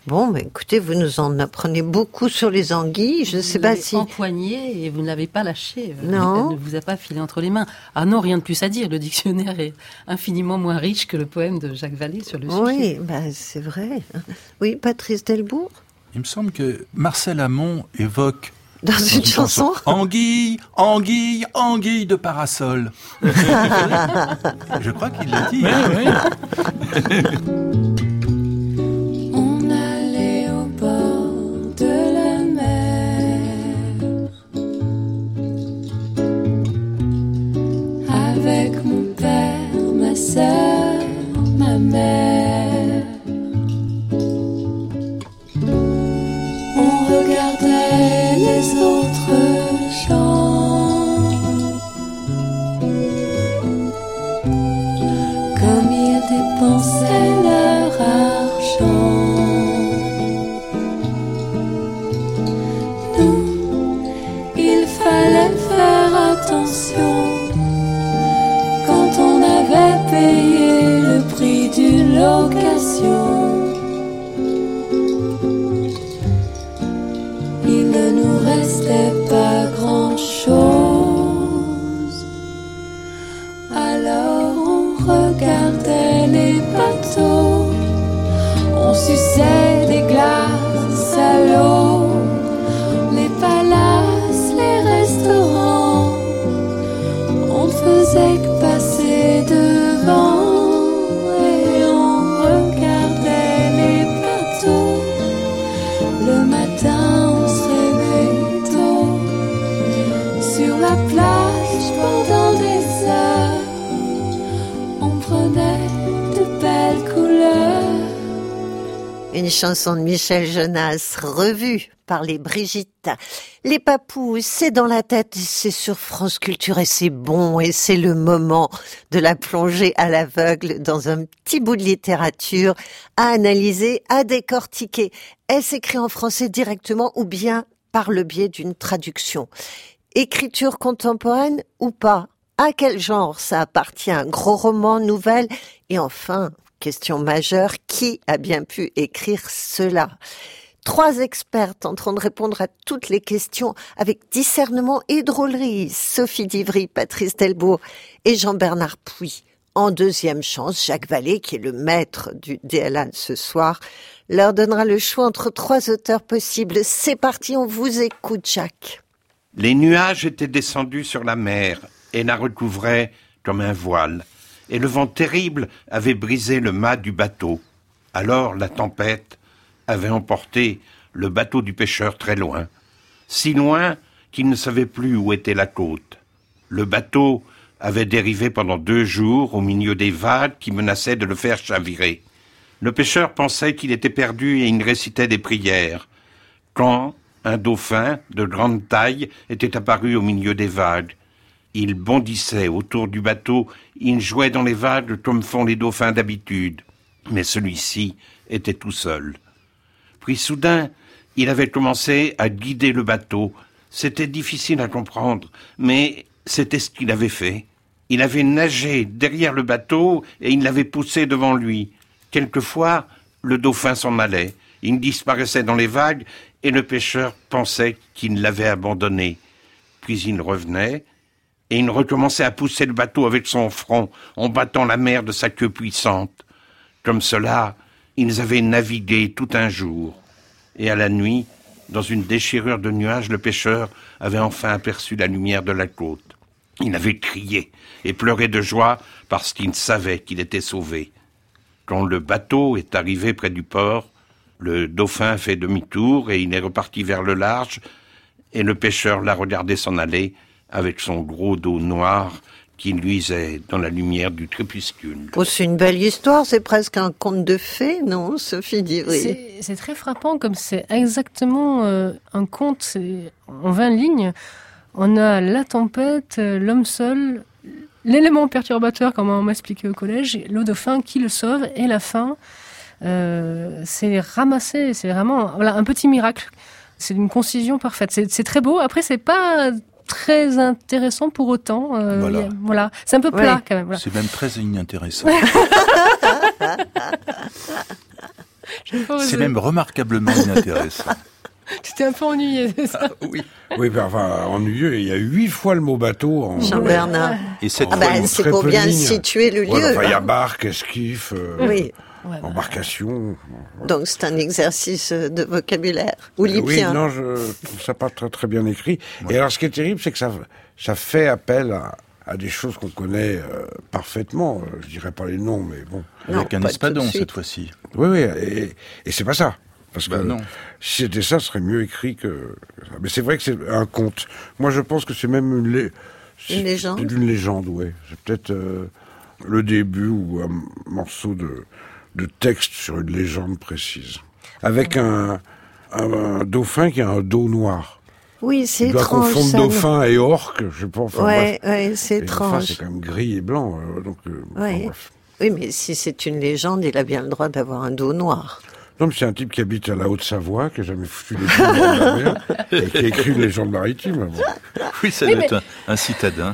Bon, mais écoutez, vous nous en apprenez beaucoup sur les anguilles. Je ne sais pas si... Vous l'avez empoigné et vous ne l'avez pas lâché. Non. Elle ne vous a pas filé entre les mains. Ah non, rien de plus à dire. Le dictionnaire est infiniment moins riche que le poème de Jacques Vallée sur le sujet. Oui, bah, c'est vrai. Oui, Patrice Delbourg. Il me semble que Marcel Amont évoque Dans, dans une, une chanson, chanson Anguille, anguille, anguille de parasol. Je crois qu'il l'a dit. Oui, oui. On allait au bord de la mer avec mon père, ma sœur, ma mère. On regardait les autres gens comme ils dépensaient leur argent. Nous, il fallait faire attention quand on avait payé le prix d'une location. Il ne nous restait pas grand-chose. Alors on regardait les bateaux, on suçait des glaces à l'eau, les palaces, les restaurants, on ne faisait que passer devant. Et on regardait les bateaux. Le matin on se réveillait tôt sur la plage pendant des heures. On prenait de belles couleurs. Une chanson de Michel Jonas, revue par les Brigitte. Les Papous, c'est dans la tête, c'est sur France Culture et c'est bon et c'est le moment de la plongée à l'aveugle dans un petit bout de littérature à analyser, à décortiquer. Elle s'écrit en français directement ou bien par le biais d'une traduction. Écriture contemporaine ou pas? À quel genre ça appartient? Gros roman, nouvelle? Et enfin, question majeure, qui a bien pu écrire cela? Trois expertes en train de répondre à toutes les questions avec discernement et drôlerie. Sophie Divry, Patrice Delbourg et Jean-Bernard Puy. En deuxième chance, Jacques Vallée, qui est le maître du D L A ce soir, leur donnera le choix entre trois auteurs possibles. C'est parti, on vous écoute, Jacques. Les nuages étaient descendus sur la mer et la recouvraient comme un voile. Et le vent terrible avait brisé le mât du bateau. Alors la tempête avait emporté le bateau du pêcheur très loin, si loin qu'il ne savait plus où était la côte. Le bateau avait dérivé pendant deux jours au milieu des vagues qui menaçaient de le faire chavirer. Le pêcheur pensait qu'il était perdu et il récitait des prières, quand un dauphin de grande taille était apparu au milieu des vagues. Il bondissait autour du bateau, il jouait dans les vagues comme font les dauphins d'habitude, mais celui-ci était tout seul. Puis soudain, il avait commencé à guider le bateau. C'était difficile à comprendre, mais c'était ce qu'il avait fait. Il avait nagé derrière le bateau et il l'avait poussé devant lui. Quelquefois, le dauphin s'en allait. Il disparaissait dans les vagues et le pêcheur pensait qu'il l'avait abandonné. Puis il revenait et il recommençait à pousser le bateau avec son front en battant la mer de sa queue puissante. Comme cela, ils avaient navigué tout un jour. Et à la nuit, dans une déchirure de nuages, le pêcheur avait enfin aperçu la lumière de la côte. Il avait crié et pleuré de joie parce qu'il savait qu'il était sauvé. Quand le bateau est arrivé près du port, le dauphin a fait demi-tour et il est reparti vers le large, et le pêcheur l'a regardé s'en aller avec son gros dos noir qui luisait dans la lumière du crépuscule. Oh, c'est une belle histoire, c'est presque un conte de fées, non, Sophie Divry? C'est, c'est très frappant, comme c'est exactement euh, un conte, c'est en vingt lignes. On a la tempête, l'homme seul, l'élément perturbateur, comme on m'a expliqué au collège, le dauphin qui le sauve, et la fin, euh, c'est ramassé, c'est vraiment voilà, un petit miracle. C'est une concision parfaite. C'est, c'est très beau. Après, c'est pas très intéressant pour autant. Euh, voilà. A, voilà. C'est un peu plat oui. quand même. Voilà. C'est même très inintéressant. C'est même remarquablement inintéressant. Tu t'es un peu ennuyé, c'est ça? Ah, oui. Oui, ben, enfin, ennuyeux. Il y a huit fois le mot bateau en. Jean-Bernard. Et cette Ah fois, ben, il- c'est très pour peu de bien lignes. situer le lieu. Ouais, enfin, il y a barque, esquif, euh, Oui. embarcation. Donc c'est un exercice de vocabulaire. Ou Euh, Oui, lipien. non, je trouve ça pas très, très bien écrit. Et alors, ce qui est terrible, c'est que ça, ça fait appel à, à des choses qu'on connaît euh, parfaitement. Euh, Je dirais pas les noms, mais bon. Avec un espadon, cette fois-ci. Oui, oui, et, et c'est pas ça. Parce Bah que non. si c'était ça, ce serait mieux écrit que ça. Mais c'est vrai que c'est un conte. Moi, je pense que c'est même une, lé... Une légende. C'est une légende, oui. C'est peut-être euh, le début ou un morceau de, de texte sur une légende précise. Avec un, un, un dauphin qui a un dos noir. Oui, c'est Il doit étrange. confondre ça, dauphin et orque, je pense. Enfin, Ouais, bref. ouais, c'est Et dauphin, étrange. c'est quand même gris et blanc. euh, donc, euh, enfin, Ouais. bref. Oui, mais si c'est une légende, il a bien le droit d'avoir un dos noir. Non, mais c'est un type qui habite à la Haute-Savoie, qui n'a jamais foutu les pieds dans la mer, et qui a écrit une légende maritime. Bon. Oui, ça Oui, doit être mais- un, un citadin.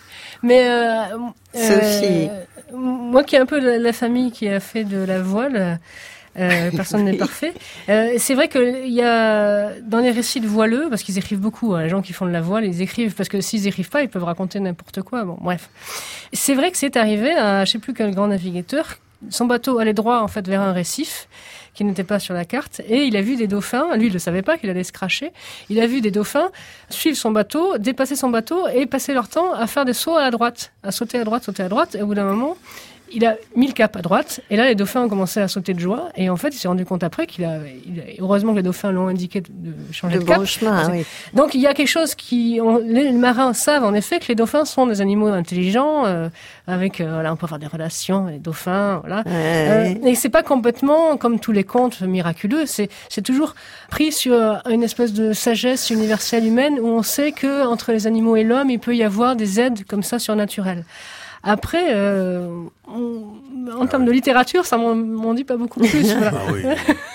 Mais euh, Sophie. euh, moi qui ai un peu la, la famille qui a fait de la voile, euh, personne n'est parfait. Euh, c'est vrai qu'il y a dans les récits de voileux, parce qu'ils écrivent beaucoup, hein, les gens qui font de la voile, ils écrivent parce que s'ils écrivent pas, ils peuvent raconter n'importe quoi. Bon, bref. C'est vrai que c'est arrivé à je sais plus quel grand navigateur. Son bateau allait droit en fait vers un récif qui n'était pas sur la carte et il a vu des dauphins. Lui, il ne savait pas qu'il allait se cracher. Il a vu des dauphins suivre son bateau, dépasser son bateau et passer leur temps à faire des sauts à la droite, à sauter à droite, sauter à droite. Et au bout d'un moment, il a mis le cap à droite et là, les dauphins ont commencé à sauter de joie. Et en fait, il s'est rendu compte après qu'il a, il a heureusement que les dauphins l'ont indiqué de, de changer Le de cap. bon chemin, oui. Donc il y a quelque chose qui, on, les marins savent en effet que les dauphins sont des animaux intelligents, euh, avec, euh, voilà, on peut avoir des relations, les dauphins, voilà. Ouais. Euh, et c'est pas complètement comme tous les contes miraculeux, c'est c'est toujours pris sur une espèce de sagesse universelle humaine où on sait que entre les animaux et l'homme, il peut y avoir des aides comme ça surnaturelles. Après, euh, on, en termes de littérature, ça m'en m'en dit pas beaucoup plus. Voilà. Ah oui.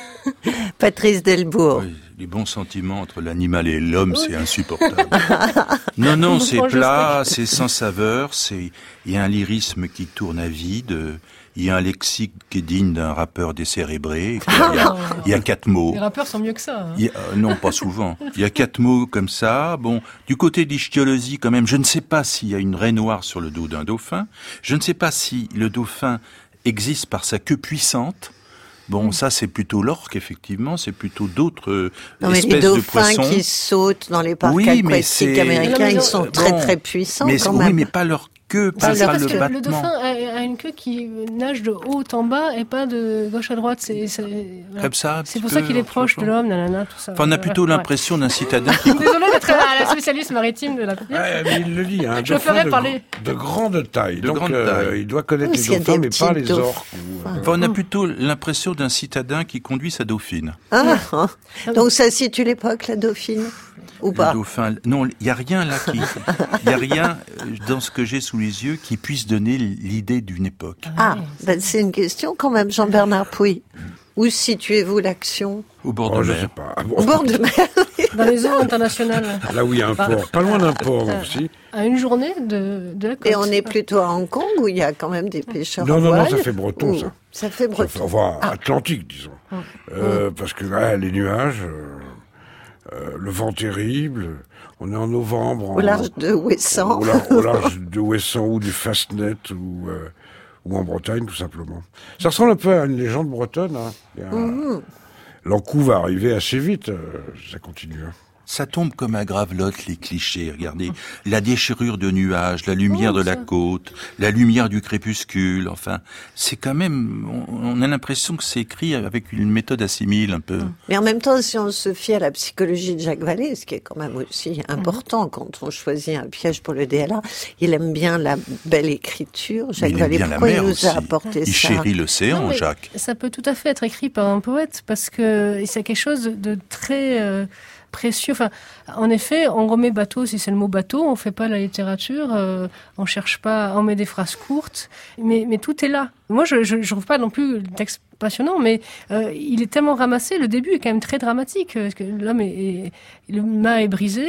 Patrice Delbourg. Oui, les bons sentiments entre l'animal et l'homme, c'est insupportable. Non, non, c'est Franchement, plat, je sais. c'est sans saveur, c'est, il y a un lyrisme qui tourne à vide, il y a un lexique qui est digne d'un rappeur décérébré, il y a, il y a quatre mots. Les rappeurs sont mieux que ça. hein. Il y a- euh, non, pas souvent. Il y a quatre mots comme ça. Bon, du côté de l'ichthyologie, quand même, je ne sais pas s'il y a une raie noire sur le dos d'un dauphin. Je ne sais pas si le dauphin existe par sa queue puissante. Bon, ça, c'est plutôt l'orque, effectivement. C'est plutôt d'autres euh, Non, mais les espèces de dauphins poissons. qui sautent dans les parcs Oui, mais aquatiques c'est- américains, ils sont Bon, très très puissants mais, quand oui, même. mais pas leur queue, C'est pas, ça, pas parce le que battement. le dauphin a, a une queue qui nage de haut en bas et pas de gauche à droite. C'est c'est- voilà. Comme ça, un C'est petit pour ça peu, qu'il est en proche de flottant. l'homme, nanana, tout ça. Enfin, on a Voilà. plutôt Ouais. l'impression d'un citadin qui... Désolée d'être à la spécialiste maritime de la Ouais, mais il le dit, hein, un Je dauphin ferai de, parler. de grande taille. De Donc, grande euh, taille. il doit connaître Oui, les s'il y a dauphins, des mais pas petits les dauphins. orques. ou, euh, Enfin, on a plutôt l'impression d'un citadin qui conduit sa dauphine. Ah, ah. Donc ça situe l'époque, la dauphine ou Le pas dauphin. Non, il y a rien là qui, il y a rien euh, dans ce que j'ai sous les yeux qui puisse donner l'idée d'une époque. Ah, ben c'est une question quand même, Jean-Bernard Pouy. Où situez-vous l'action Au bord Oh, de je mer. sais pas. Ah bon. Au bord de mer. Dans les eaux internationales. Là où il y a un Bah, port, pas loin d'un port euh, aussi. À une journée de, de la côte. Et on est plutôt à Hong Kong où il y a quand même des pêcheurs Non, à non, non, voile, ça fait breton, ou- ça. Ça fait Ça breton. fait- Enfin, Ah. Atlantique, disons. Mm. Euh, Parce que là, les nuages, euh, euh, le vent terrible, on est en novembre. Au en- large de Ouessant. Au, lar- au large de Ouessant ou du Fastnet ou, euh, ou en Bretagne, tout simplement. Ça ressemble un peu à une légende bretonne. Hein. Il y a- Mhm. L'Ankou va arriver assez vite, euh, ça continue. hein. Ça tombe comme un gravelotte, les clichés. Regardez, la déchirure de nuages, la lumière Oh, de la ça. côte, la lumière du crépuscule. Enfin, c'est quand même. On, on a l'impression que c'est écrit avec une méthode assimile un peu. Mais en même temps, si on se fie à la psychologie de Jacques Vallée, ce qui est quand même aussi important quand on choisit un piège pour le D L A, il aime bien la belle écriture. Jacques il aime Vallée, bien la pourquoi il mer nous aussi. a apporté Il ça chérit l'océan, Non, mais Jacques. Ça peut tout à fait être écrit par un poète parce que c'est quelque chose de très euh, précieux. Enfin, en effet, on remet bateau si c'est le mot bateau. On fait pas la littérature. Euh, on cherche pas. On met des phrases courtes. Mais, mais tout est là. Moi, je, je, je trouve pas non plus le texte passionnant, mais euh, il est tellement ramassé. Le début est quand même très dramatique. Parce que l'homme est, est le mât est brisé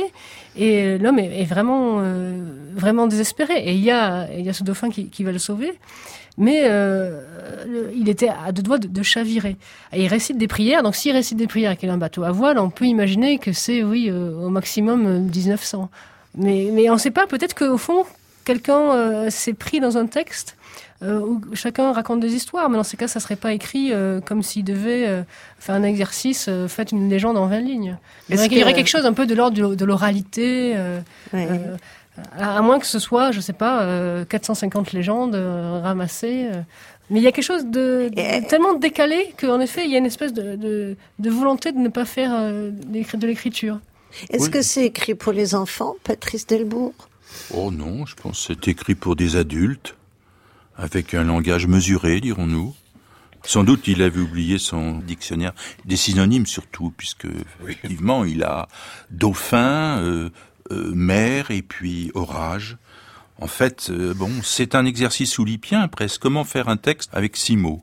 et l'homme est, est vraiment, euh, vraiment désespéré. Et il y a, il y a ce dauphin qui, qui va le sauver. mais euh, le- il était à deux doigts de, de chavirer. Et il récite des prières, donc s'il récite des prières et qu'il a un bateau à voile, on peut imaginer que c'est, oui, euh, au maximum euh, dix-neuf cents. Mais, mais on ne sait pas, peut-être qu'au fond, quelqu'un euh, s'est pris dans un texte euh, où chacun raconte des histoires, mais dans ces cas, ça ne serait pas écrit euh, comme s'il devait euh, faire un exercice, euh, faites une légende en vingt lignes. Il y aurait, Est-ce il y aurait que- quelque chose un peu de l'ordre de, de l'oralité, euh, Ouais. euh, à, à moins que ce soit, je ne sais pas, euh, quatre cent cinquante légendes euh, ramassées. euh. Mais il y a quelque chose de, de tellement décalé qu'en effet, il y a une espèce de, de, de volonté de ne pas faire euh, d'écri- de l'écriture. Est-ce Oui. que c'est écrit pour les enfants, Patrice Delbourg? Oh non, je pense que c'est écrit pour des adultes, avec un langage mesuré, dirons-nous. Sans doute, il avait oublié son dictionnaire, des synonymes surtout, puisque effectivement, il a dauphin, euh, euh, mer et puis orage. En fait, euh, bon, c'est un exercice oulipien presque. Comment faire un texte avec six mots?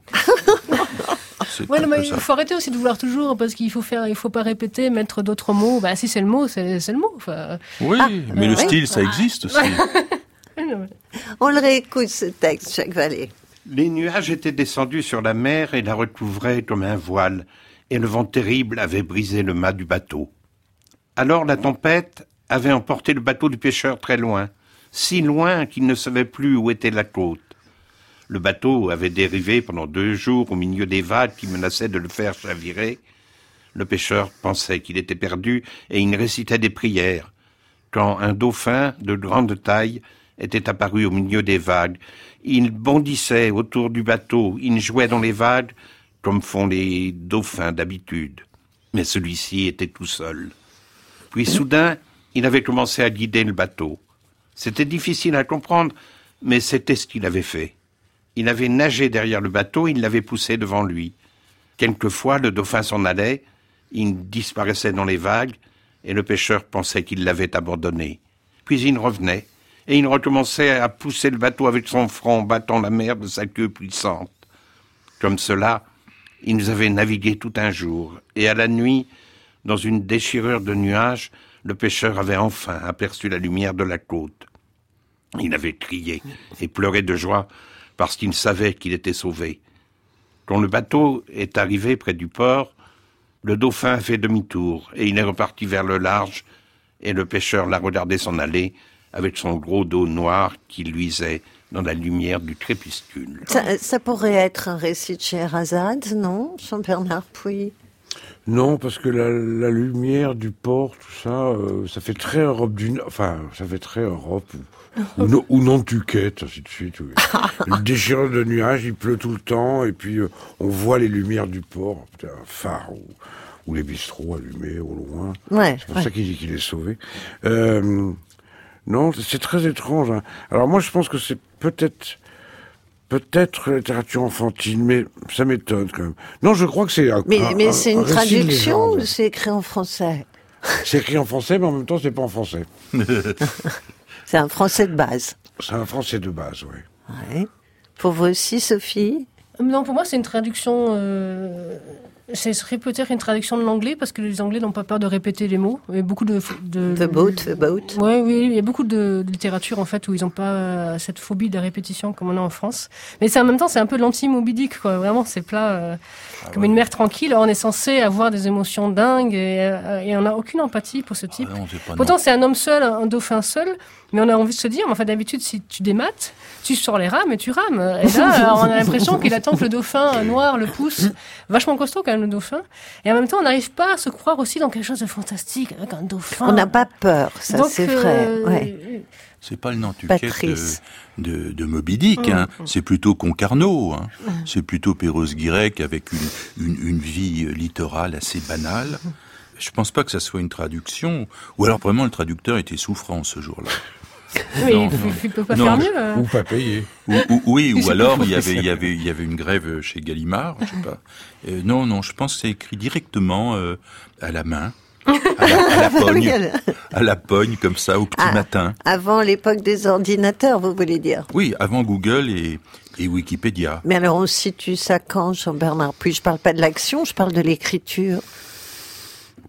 C'est Ouais, un non, peu mais ça. il faut arrêter aussi de vouloir toujours, parce qu'il faut faire, il faut pas répéter, mettre d'autres mots. Bah, si c'est le mot, c'est, c'est le mot. Enfin, Oui, ah, mais euh, le oui. style, ça existe aussi. On le réécoute, ce texte, Jacques Vallée. Les nuages étaient descendus sur la mer et la recouvraient comme un voile, et le vent terrible avait brisé le mât du bateau. Alors la tempête avait emporté le bateau du pêcheur très loin, si loin qu'il ne savait plus où était la côte. Le bateau avait dérivé pendant deux jours au milieu des vagues qui menaçaient de le faire chavirer. Le pêcheur pensait qu'il était perdu et il récitait des prières, quand un dauphin de grande taille était apparu au milieu des vagues. Il bondissait autour du bateau, il jouait dans les vagues, comme font les dauphins d'habitude. Mais celui-ci était tout seul. Puis soudain, il avait commencé à guider le bateau. C'était difficile à comprendre, mais c'était ce qu'il avait fait. Il avait nagé derrière le bateau, il l'avait poussé devant lui. Quelquefois, le dauphin s'en allait, il disparaissait dans les vagues, et le pêcheur pensait qu'il l'avait abandonné. Puis il revenait, et il recommençait à pousser le bateau avec son front, battant la mer de sa queue puissante. Comme cela, ils avaient navigué tout un jour, et à la nuit, dans une déchirure de nuages, le pêcheur avait enfin aperçu la lumière de la côte. Il avait crié et pleuré de joie parce qu'il savait qu'il était sauvé. Quand le bateau est arrivé près du port, le dauphin a fait demi-tour et il est reparti vers le large, et le pêcheur l'a regardé s'en aller avec son gros dos noir qui luisait dans la lumière du crépuscule. Ça, ça pourrait être un récit de Scheherazade, non, Jean-Bernard Pouilly? Non, parce que la, la lumière du port, tout ça, euh, ça fait très Europe du Nord, enfin, ça fait très Europe, ou, ou, no- ou Nantucket, ainsi de suite. Oui. Le déchireur de nuages, il pleut tout le temps, et puis euh, on voit les lumières du port, peut-être un phare, ou, ou les bistrots allumés au loin. Ouais, c'est pour ouais. ça qu'il dit qu'il est sauvé. Euh, non, c'est très étrange. Hein. Alors moi, je pense que c'est peut-être... Peut-être la littérature enfantine, mais ça m'étonne quand même. Non, je crois que c'est un Mais, un- mais un- c'est un une récit de traduction légende. ou c'est écrit en français? C'est écrit en français, mais en même temps, c'est pas en français. C'est un français de base. C'est un français de base, oui. Ouais. Pour vous aussi, Sophie? Non, pour moi, c'est une traduction. Euh, ce serait peut-être une traduction de l'anglais, parce que les Anglais n'ont pas peur de répéter les mots. Il y a beaucoup de. de The boat, the boat. Ouais, oui, il y a beaucoup de, de littérature, en fait, où ils n'ont pas euh, cette phobie de la répétition comme on a en France. Mais c'est en même temps, c'est un peu l'anti-Moby Dick, quoi. Vraiment, c'est plat. Euh, comme une mer tranquille. Alors, on est censé avoir des émotions dingues et, euh, et on n'a aucune empathie pour ce type. Ah non, c'est pas Pourtant, non. c'est un homme seul, un dauphin seul, mais on a envie de se dire, mais enfin, d'habitude, si tu démates, tu sors les rames et tu rames. Et là, on a l'impression qu'il attend que le dauphin noir le pousse. Vachement costaud, quand même, le dauphin. Et en même temps, on n'arrive pas à se croire aussi dans quelque chose de fantastique avec un dauphin. On n'a pas peur, ça, Donc, c'est vrai. euh, Ouais. C'est pas le Nantucket de, Patrice. de, de Moby Dick, hein. Mm. C'est plutôt Concarneau, hein. Mm. C'est plutôt Perros-Guirec avec une, une, une vie littorale assez banale. Je pense pas que ça soit une traduction, ou alors vraiment le traducteur était souffrant ce jour-là. Mais Non, il faut- non. il peut pas Non, faire je- mieux. euh. Ou pas payé. Ou, ou- oui, ou C'est alors pas il y avait, possible. il y avait, il y avait une grève chez Gallimard, je sais pas. Euh, non, non, je pense que c'est écrit directement euh, à la main, à la, à la pogne, à la pogne comme ça au petit Ah. matin. Avant l'époque des ordinateurs, vous voulez dire? Oui, avant Google et, et Wikipédia. Mais alors, on situe ça quand, Jean-Bernard Pouilly? Je parle pas de l'action, je parle de l'écriture.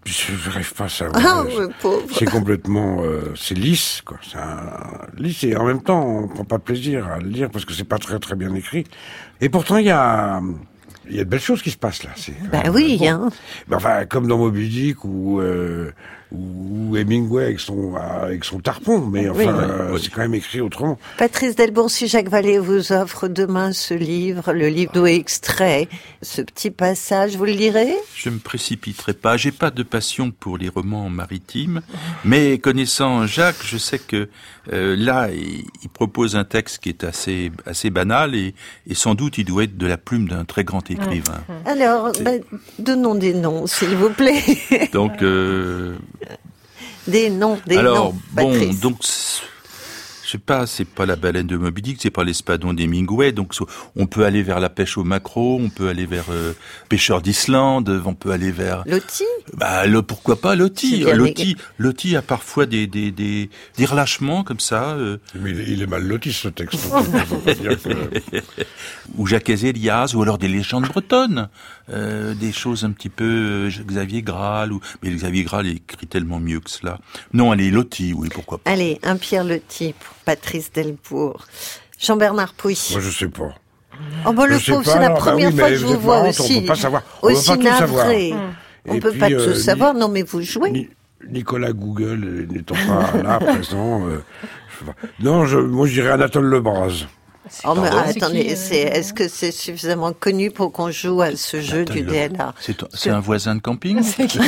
Je n'arrive pas à savoir. Ah, le pauvre. C'est complètement, euh, c'est lisse, quoi. C'est un, lisse et en même temps, on prend pas plaisir à le lire parce que c'est pas très très bien écrit. Et pourtant, il y a, il y a de belles choses qui se passent là. C'est bah oui, bon. hein. Ben, enfin, comme dans Moby Dick ou euh, ou Hemingway avec son avec son tarpon, mais enfin, Oui. euh, c'est quand même écrit autrement. Patrice Delbourg, si Jacques Vallée vous offre demain ce livre, le livre d'où est extrait ce petit passage, vous le lirez? Je me précipiterai pas. J'ai pas de passion pour les romans maritimes, mais connaissant Jacques, je sais que euh, là, il, il propose un texte qui est assez assez banal et, et sans doute il doit être de la plume d'un très grand écrivain. Alors, ben, donnons des noms, s'il vous plaît. Donc, euh, des noms, des alors noms. bon, Patrice. donc. Je sais pas, c'est pas la baleine de Moby Dick, c'est pas l'espadon d'Hemingway, donc on peut aller vers la pêche au maquereau, on peut aller vers euh, pêcheur d'Islande, on peut aller vers Loti. Bah le, pourquoi pas Loti. C'est bien Loti, Loti a parfois des des des, des relâchements comme ça. Euh... Mais il est, il est mal loti ce texte. Faut pas dire que... Ou Jacques Elias, ou alors des légendes bretonnes, euh, des choses un petit peu euh, Xavier Graal, ou mais Xavier Graal écrit tellement mieux que cela. Non, allez Loti, oui pourquoi pas. Allez, un Pierre Loti pour Patrice Delbourg. Jean-Bernard Pouy. Moi, je sais pas. Oh, bah, le Je sais pauvre, pas, c'est la alors, bah première oui, fois mais que je vous vous êtes vois marrante, aussi. on peut pas savoir. On peut Aussi pas tout savoir. navré. Mmh. On Et peut puis, pas tout euh, savoir, ni- non, mais vous jouez. Ni- Nicolas Google euh, n'étant pas là, présent. euh, je sais pas. Non, je, moi, je dirais Anatole Lebras. Oh, mais Pardon attendez, C'est qui, c'est, est-ce que c'est suffisamment connu pour qu'on joue à ce jeu Attends, du le- D L A? C'est c'est un voisin de camping. C'est qui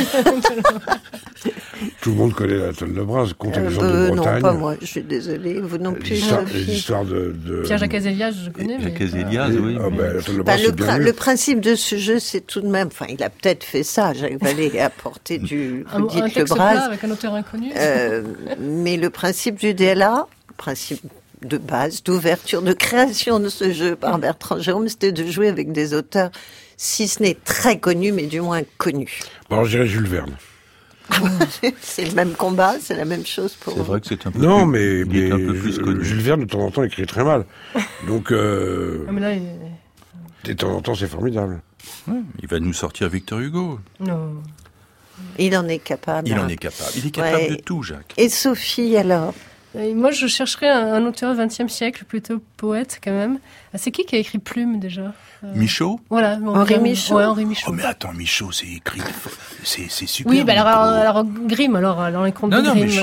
Tout le monde connaît Anatole Lebras, conte Euh, les gens bah, de non, Bretagne. pas moi, je suis désolée, vous non plus, L'histoire, Sophie. les histoires de... de... Pierre-Jacques Azélias, je connais. Jacques mais Azélias, pas- oui. Ah, ben, Anatole Lebras, Bah, le, c'est bien prin- mieux. le principe de ce jeu, c'est tout de même, enfin, il a peut-être fait ça, Jacques Vallée a apporté du, Un, vous un dites texte Lebras, plat avec un auteur inconnu. euh, mais le principe du D L A, le principe de base, d'ouverture, de création de ce jeu par Bertrand Jérôme, c'était de jouer avec des auteurs, si ce n'est très connus, mais du moins connus. Bon, alors, je dirais Jules Verne. C'est le même combat, c'est la même chose pour C'est vous. vrai que c'est un peu Non, plus, mais, il est mais un peu plus Ju- connu. Jules Verne, de temps en temps, écrit très mal. Donc, euh, Ah, mais là, il... de temps en temps, c'est formidable. Ouais, il va nous sortir Victor Hugo. non. Il en est capable. Il hein. en est capable. Il est capable Ouais. de tout, Jacques. Et Sophie, alors? Et moi, je chercherais un, un auteur du vingtième siècle, plutôt poète quand même. Ah, c'est qui qui a écrit Plume déjà Euh, Michaud. Voilà. bon, Henri bien- Michaud. Ouais, Henri Michaud. Oh mais attends, Michaud, c'est écrit, c'est c'est super. Oui, bah alors, Nico. alors, alors, Grimm, alors, alors les contes Non, de non, mais Grimm.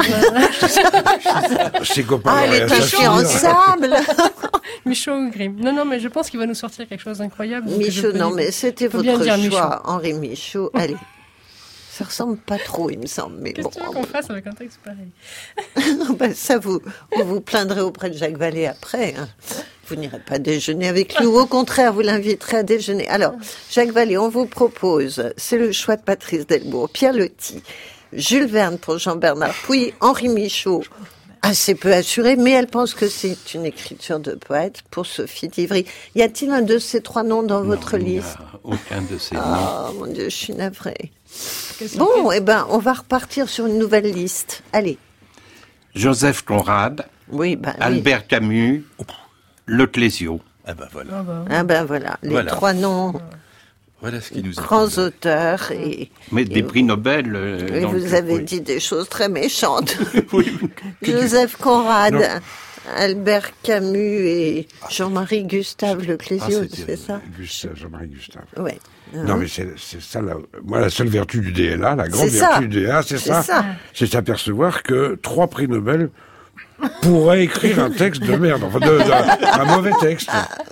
je- Ses copains Ah, l'auraient les tachés assassiné. ensemble! Michaud ou Grimm. Non, non, mais je pense qu'il va nous sortir quelque chose d'incroyable. donc je Michaud, peux non, dire- mais c'était faut bien votre dire choix, Henri Michaud. Allez. Ça ressemble pas trop, il me semble, mais Qu'est-ce bon. que tu veux qu'on fasse avec un texte pareil? Ben, ça, vous, vous vous plaindrez auprès de Jacques Vallée après. Hein. Vous n'irez pas déjeuner avec lui, ou au contraire, vous l'inviterez à déjeuner. Alors, Jacques Vallée, on vous propose, c'est le choix de Patrice Delbourg, Pierre Loti, Jules Verne pour Jean-Bernard Pouy, Henri Michaud, assez peu assuré, mais elle pense que c'est une écriture de poète pour Sophie Divry. Y a-t-il un de ces trois noms dans votre Il n'y a liste? aucun de ces noms. Ah, mon Dieu, je suis navrée. Bon, eh ben, on va repartir sur une nouvelle liste. Allez. Joseph Conrad, Oui, ben, oui. Albert Camus, Le Clésio. Ah ben voilà. Ah bah, Ah ben voilà, les Voilà. trois noms, Voilà ce qui nous grands attend. auteurs, et, Mais des Et- prix Nobel. euh, et dans le vous club, avez oui. dit des choses très méchantes. Oui. Joseph Conrad, Non. Albert Camus et Jean-Marie Gustave Le Ah, Clésio, c'était c'est ça? Gustave, Jean-Marie Gustave. Ouais. Non, mais c'est c'est ça, la, moi, la seule vertu du D L A, la grande C'est vertu ça. du D L A, c'est C'est ça. ça. C'est s'apercevoir que trois prix Nobel pourraient écrire un texte de merde, enfin, de, de- un mauvais texte.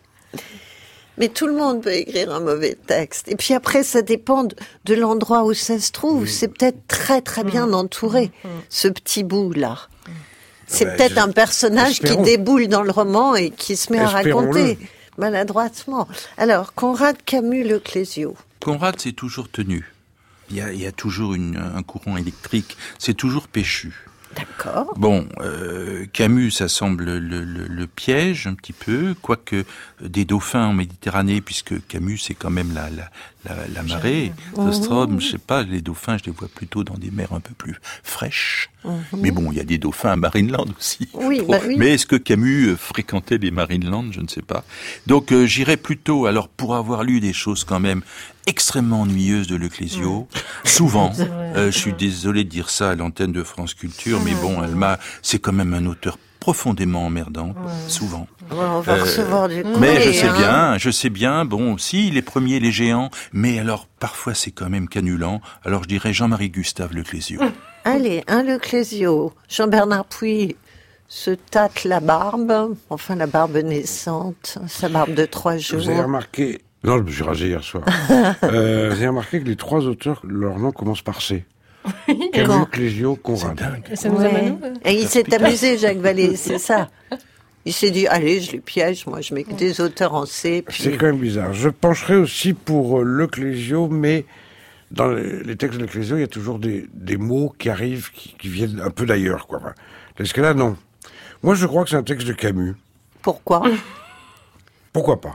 Mais tout le monde peut écrire un mauvais texte. Et puis après, ça dépend de, de l'endroit où ça se trouve. C'est peut-être très très bien entouré, ce petit bout-là. C'est Ben, peut-être je- un personnage qui espérons. déboule dans le roman et qui se met à Espérons-le. raconter maladroitement. Alors, Conrad, Camus, Le Clésio. Conrad s'est toujours tenu. Il y a, il y a toujours une, un courant électrique. C'est toujours péchu. D'accord. Bon, euh, Camus, ça semble le, le, le piège un petit peu, quoique des dauphins en Méditerranée, puisque Camus, c'est quand même la, la, la, la marée. Nostrum, je sais pas, les dauphins, je les vois plutôt dans des mers un peu plus fraîches. Mmh. Mais bon, il y a des dauphins à Marineland aussi. Oui, bon, bah oui. Mais est-ce que Camus fréquentait les Marineland? Je ne sais pas. Donc, euh, j'irais plutôt, alors pour avoir lu des choses quand même extrêmement ennuyeuses de Le Clésio, mmh. souvent, euh, je suis désolé de dire ça à l'antenne de France Culture, mmh. mais bon, elle m'a, c'est quand même un auteur profondément emmerdant, ouais. souvent. Ouais, on va euh, recevoir du coup. Mais je sais hein. bien, je sais bien, bon, si, les premiers, les géants, mais alors, parfois, c'est quand même canulant. Alors, je dirais Jean-Marie Gustave Le Clésio. Allez, un Le Clésio. Jean-Bernard Puy se tâte la barbe, enfin la barbe naissante, sa barbe de trois jours. Vous avez remarqué, non, je me suis rasé hier soir, euh, vous avez remarqué que les trois auteurs, leur nom commence par C. Camus, Clésio, Conrad. Ça nous amène où, Et il s'est amusé, Jacques Vallée, c'est ça. Il s'est dit, allez, je les piège, moi je mets que des auteurs en C. Puis... C'est quand même bizarre. Je pencherai aussi pour euh, Le Clésio, mais dans les, les textes de Le Clésio, il y a toujours des, des mots qui arrivent, qui, qui viennent un peu d'ailleurs, quoi. Parce que là, non. Moi, je crois que c'est un texte de Camus. Pourquoi? Pourquoi pas?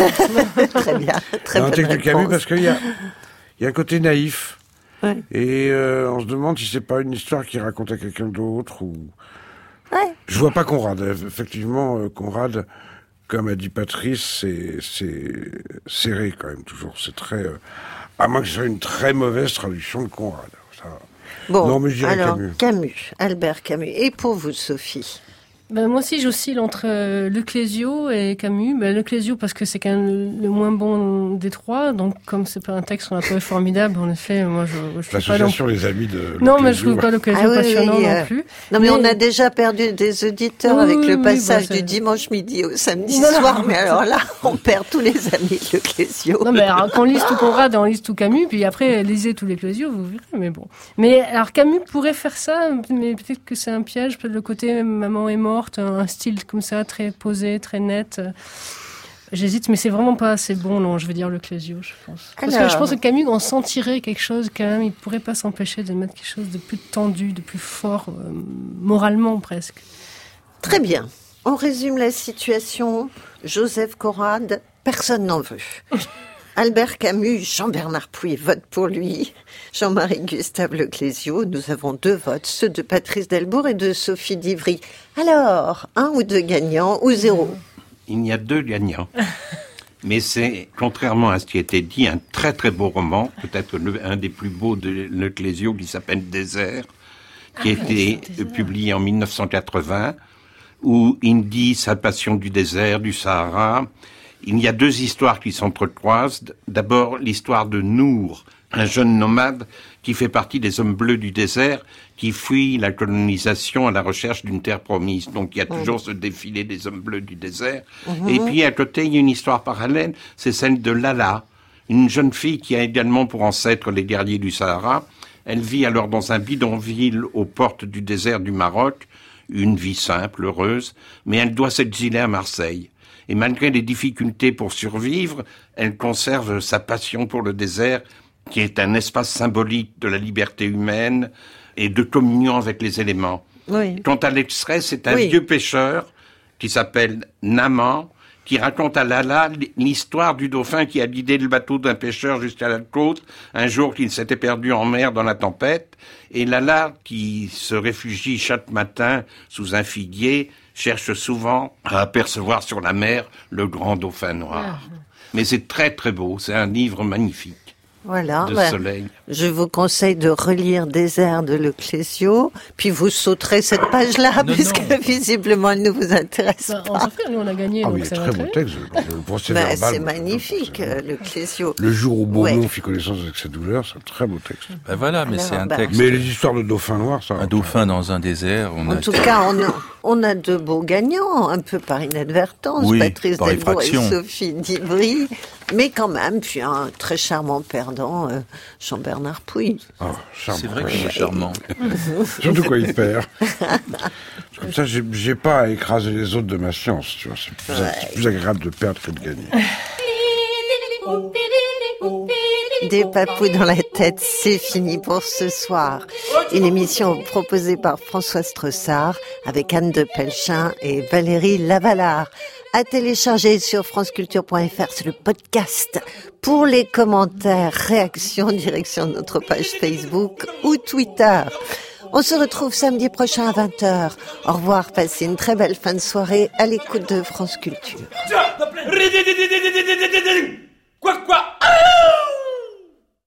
Très bien, très bien. Un texte réponse. de Camus parce qu'il y a, il y a un côté naïf. Ouais. Et euh, on se demande si c'est pas une histoire qui raconte à quelqu'un d'autre ou... Ouais. Je vois pas Conrad. Effectivement, euh, Conrad, comme a dit Patrice, c'est, c'est serré quand même, toujours. C'est très... Euh, à moins que ce soit une très mauvaise traduction de Conrad. Ça... Bon, non, mais je dirais alors, Camus. Camus, Albert Camus. Et pour vous, Sophie? Ben, moi aussi, j'oscille entre euh, Le Clésio et Camus. Ben, Le Clésio, parce que c'est quand même le, le moins bon des trois. Donc, comme c'est pas un texte qu'on a trouvé formidable, en effet, moi, je, je trouve pas... L'association Les Amis de Le Non, Clésio. mais je trouve pas Le Clésio Ah oui, passionnant oui, non euh... plus. Non, mais, mais on a mais... déjà perdu des auditeurs oui, avec le oui, passage bah, du dimanche midi au samedi non, soir. non, mais alors là, on perd tous les amis de Le Clésio. Non, mais alors, quand on lise tout Conrad, on lise tout Camus, puis après, lisez tous les Clésio, vous verrez, mais bon. Mais alors, Camus pourrait faire ça, mais peut-être que c'est un piège, peut-être le côté maman est morte, un style comme ça, très posé, très net. J'hésite, mais c'est vraiment pas assez bon, non, je vais dire Le Clésio, je pense. Parce Alors... que je pense que Camus en sentirait quelque chose, quand même, il pourrait pas s'empêcher de mettre quelque chose de plus tendu, de plus fort, euh, moralement presque. Très bien. On résume la situation. Joseph Conrad, personne n'en veut. Albert Camus, Jean-Bernard Puy vote pour lui. Jean-Marie Gustave Le Clésio, nous avons deux votes, ceux de Patrice Delbourg et de Sophie Divry. Alors, un ou deux gagnants ou zéro? Il y a deux gagnants. Mais c'est, contrairement à ce qui a été dit, un très très beau roman, peut-être le, un des plus beaux de Le Clésio, qui s'appelle Désert, qui a été publié en mille neuf cent quatre-vingts, où il dit sa passion du désert, du Sahara. Il y a deux histoires qui s'entrecroisent. D'abord, l'histoire de Nour, un jeune nomade qui fait partie des hommes bleus du désert, qui fuit la colonisation à la recherche d'une terre promise. Donc il y a toujours ce défilé des hommes bleus du désert. Mmh. Et puis à côté, il y a une histoire parallèle, c'est celle de Lala, une jeune fille qui a également pour ancêtre les guerriers du Sahara. Elle vit alors dans un bidonville aux portes du désert du Maroc, une vie simple, heureuse, mais elle doit s'exiler à Marseille. Et malgré les difficultés pour survivre, elle conserve sa passion pour le désert, qui est un espace symbolique de la liberté humaine et de communion avec les éléments. Oui. Quant à l'extrait, c'est un oui. vieux pêcheur qui s'appelle Naman, qui raconte à Lala l'histoire du dauphin qui a guidé le bateau d'un pêcheur jusqu'à la côte, un jour qu'il s'était perdu en mer dans la tempête. Et Lala, qui se réfugie chaque matin sous un figuier, cherche souvent à apercevoir sur la mer le grand dauphin noir. Ah. Mais c'est très très beau, c'est un livre magnifique. Voilà, de ben, soleil. Je vous conseille de relire Désert de Le Clésio, puis vous sauterez cette page-là, non, puisque non. visiblement elle ne vous intéresse ben, pas. En fait, nous on a gagné, ah, donc oui, c'est très beau texte. Le procès ben, verbal. C'est magnifique, c'est... Le Clésio. Le jour où Beaumont ouais. fit connaissance avec sa douleur, c'est un très beau texte. Ben voilà, mais Alors, c'est un ben... texte. Mais les histoires de dauphins noirs, ça. Un dauphin dans un désert. On en a... tout cas, on a, on a deux beaux gagnants, un peu par inadvertance, oui, Patrice par Delbourg et effraction. Sophie Divry, mais quand même, puis un très charmant perdant, euh, Jean-Bernard Puy. Oh, c'est vrai qu'il est charmant. Surtout quand il perd. Comme ça, j'ai, j'ai pas à écraser les autres de ma science, tu vois. C'est plus, ouais. c'est plus agréable de perdre que de gagner. Des papous dans la tête, c'est fini pour ce soir. Une émission proposée par François Stressard avec Anne de Pelchin et Valérie Lavalard. À télécharger sur franceculture point f r, c'est le podcast. Pour les commentaires, réactions, direction de notre page Facebook ou Twitter. On se retrouve samedi prochain à vingt heures. Au revoir, passez une très belle fin de soirée à l'écoute de France Culture. Quoi, quoi?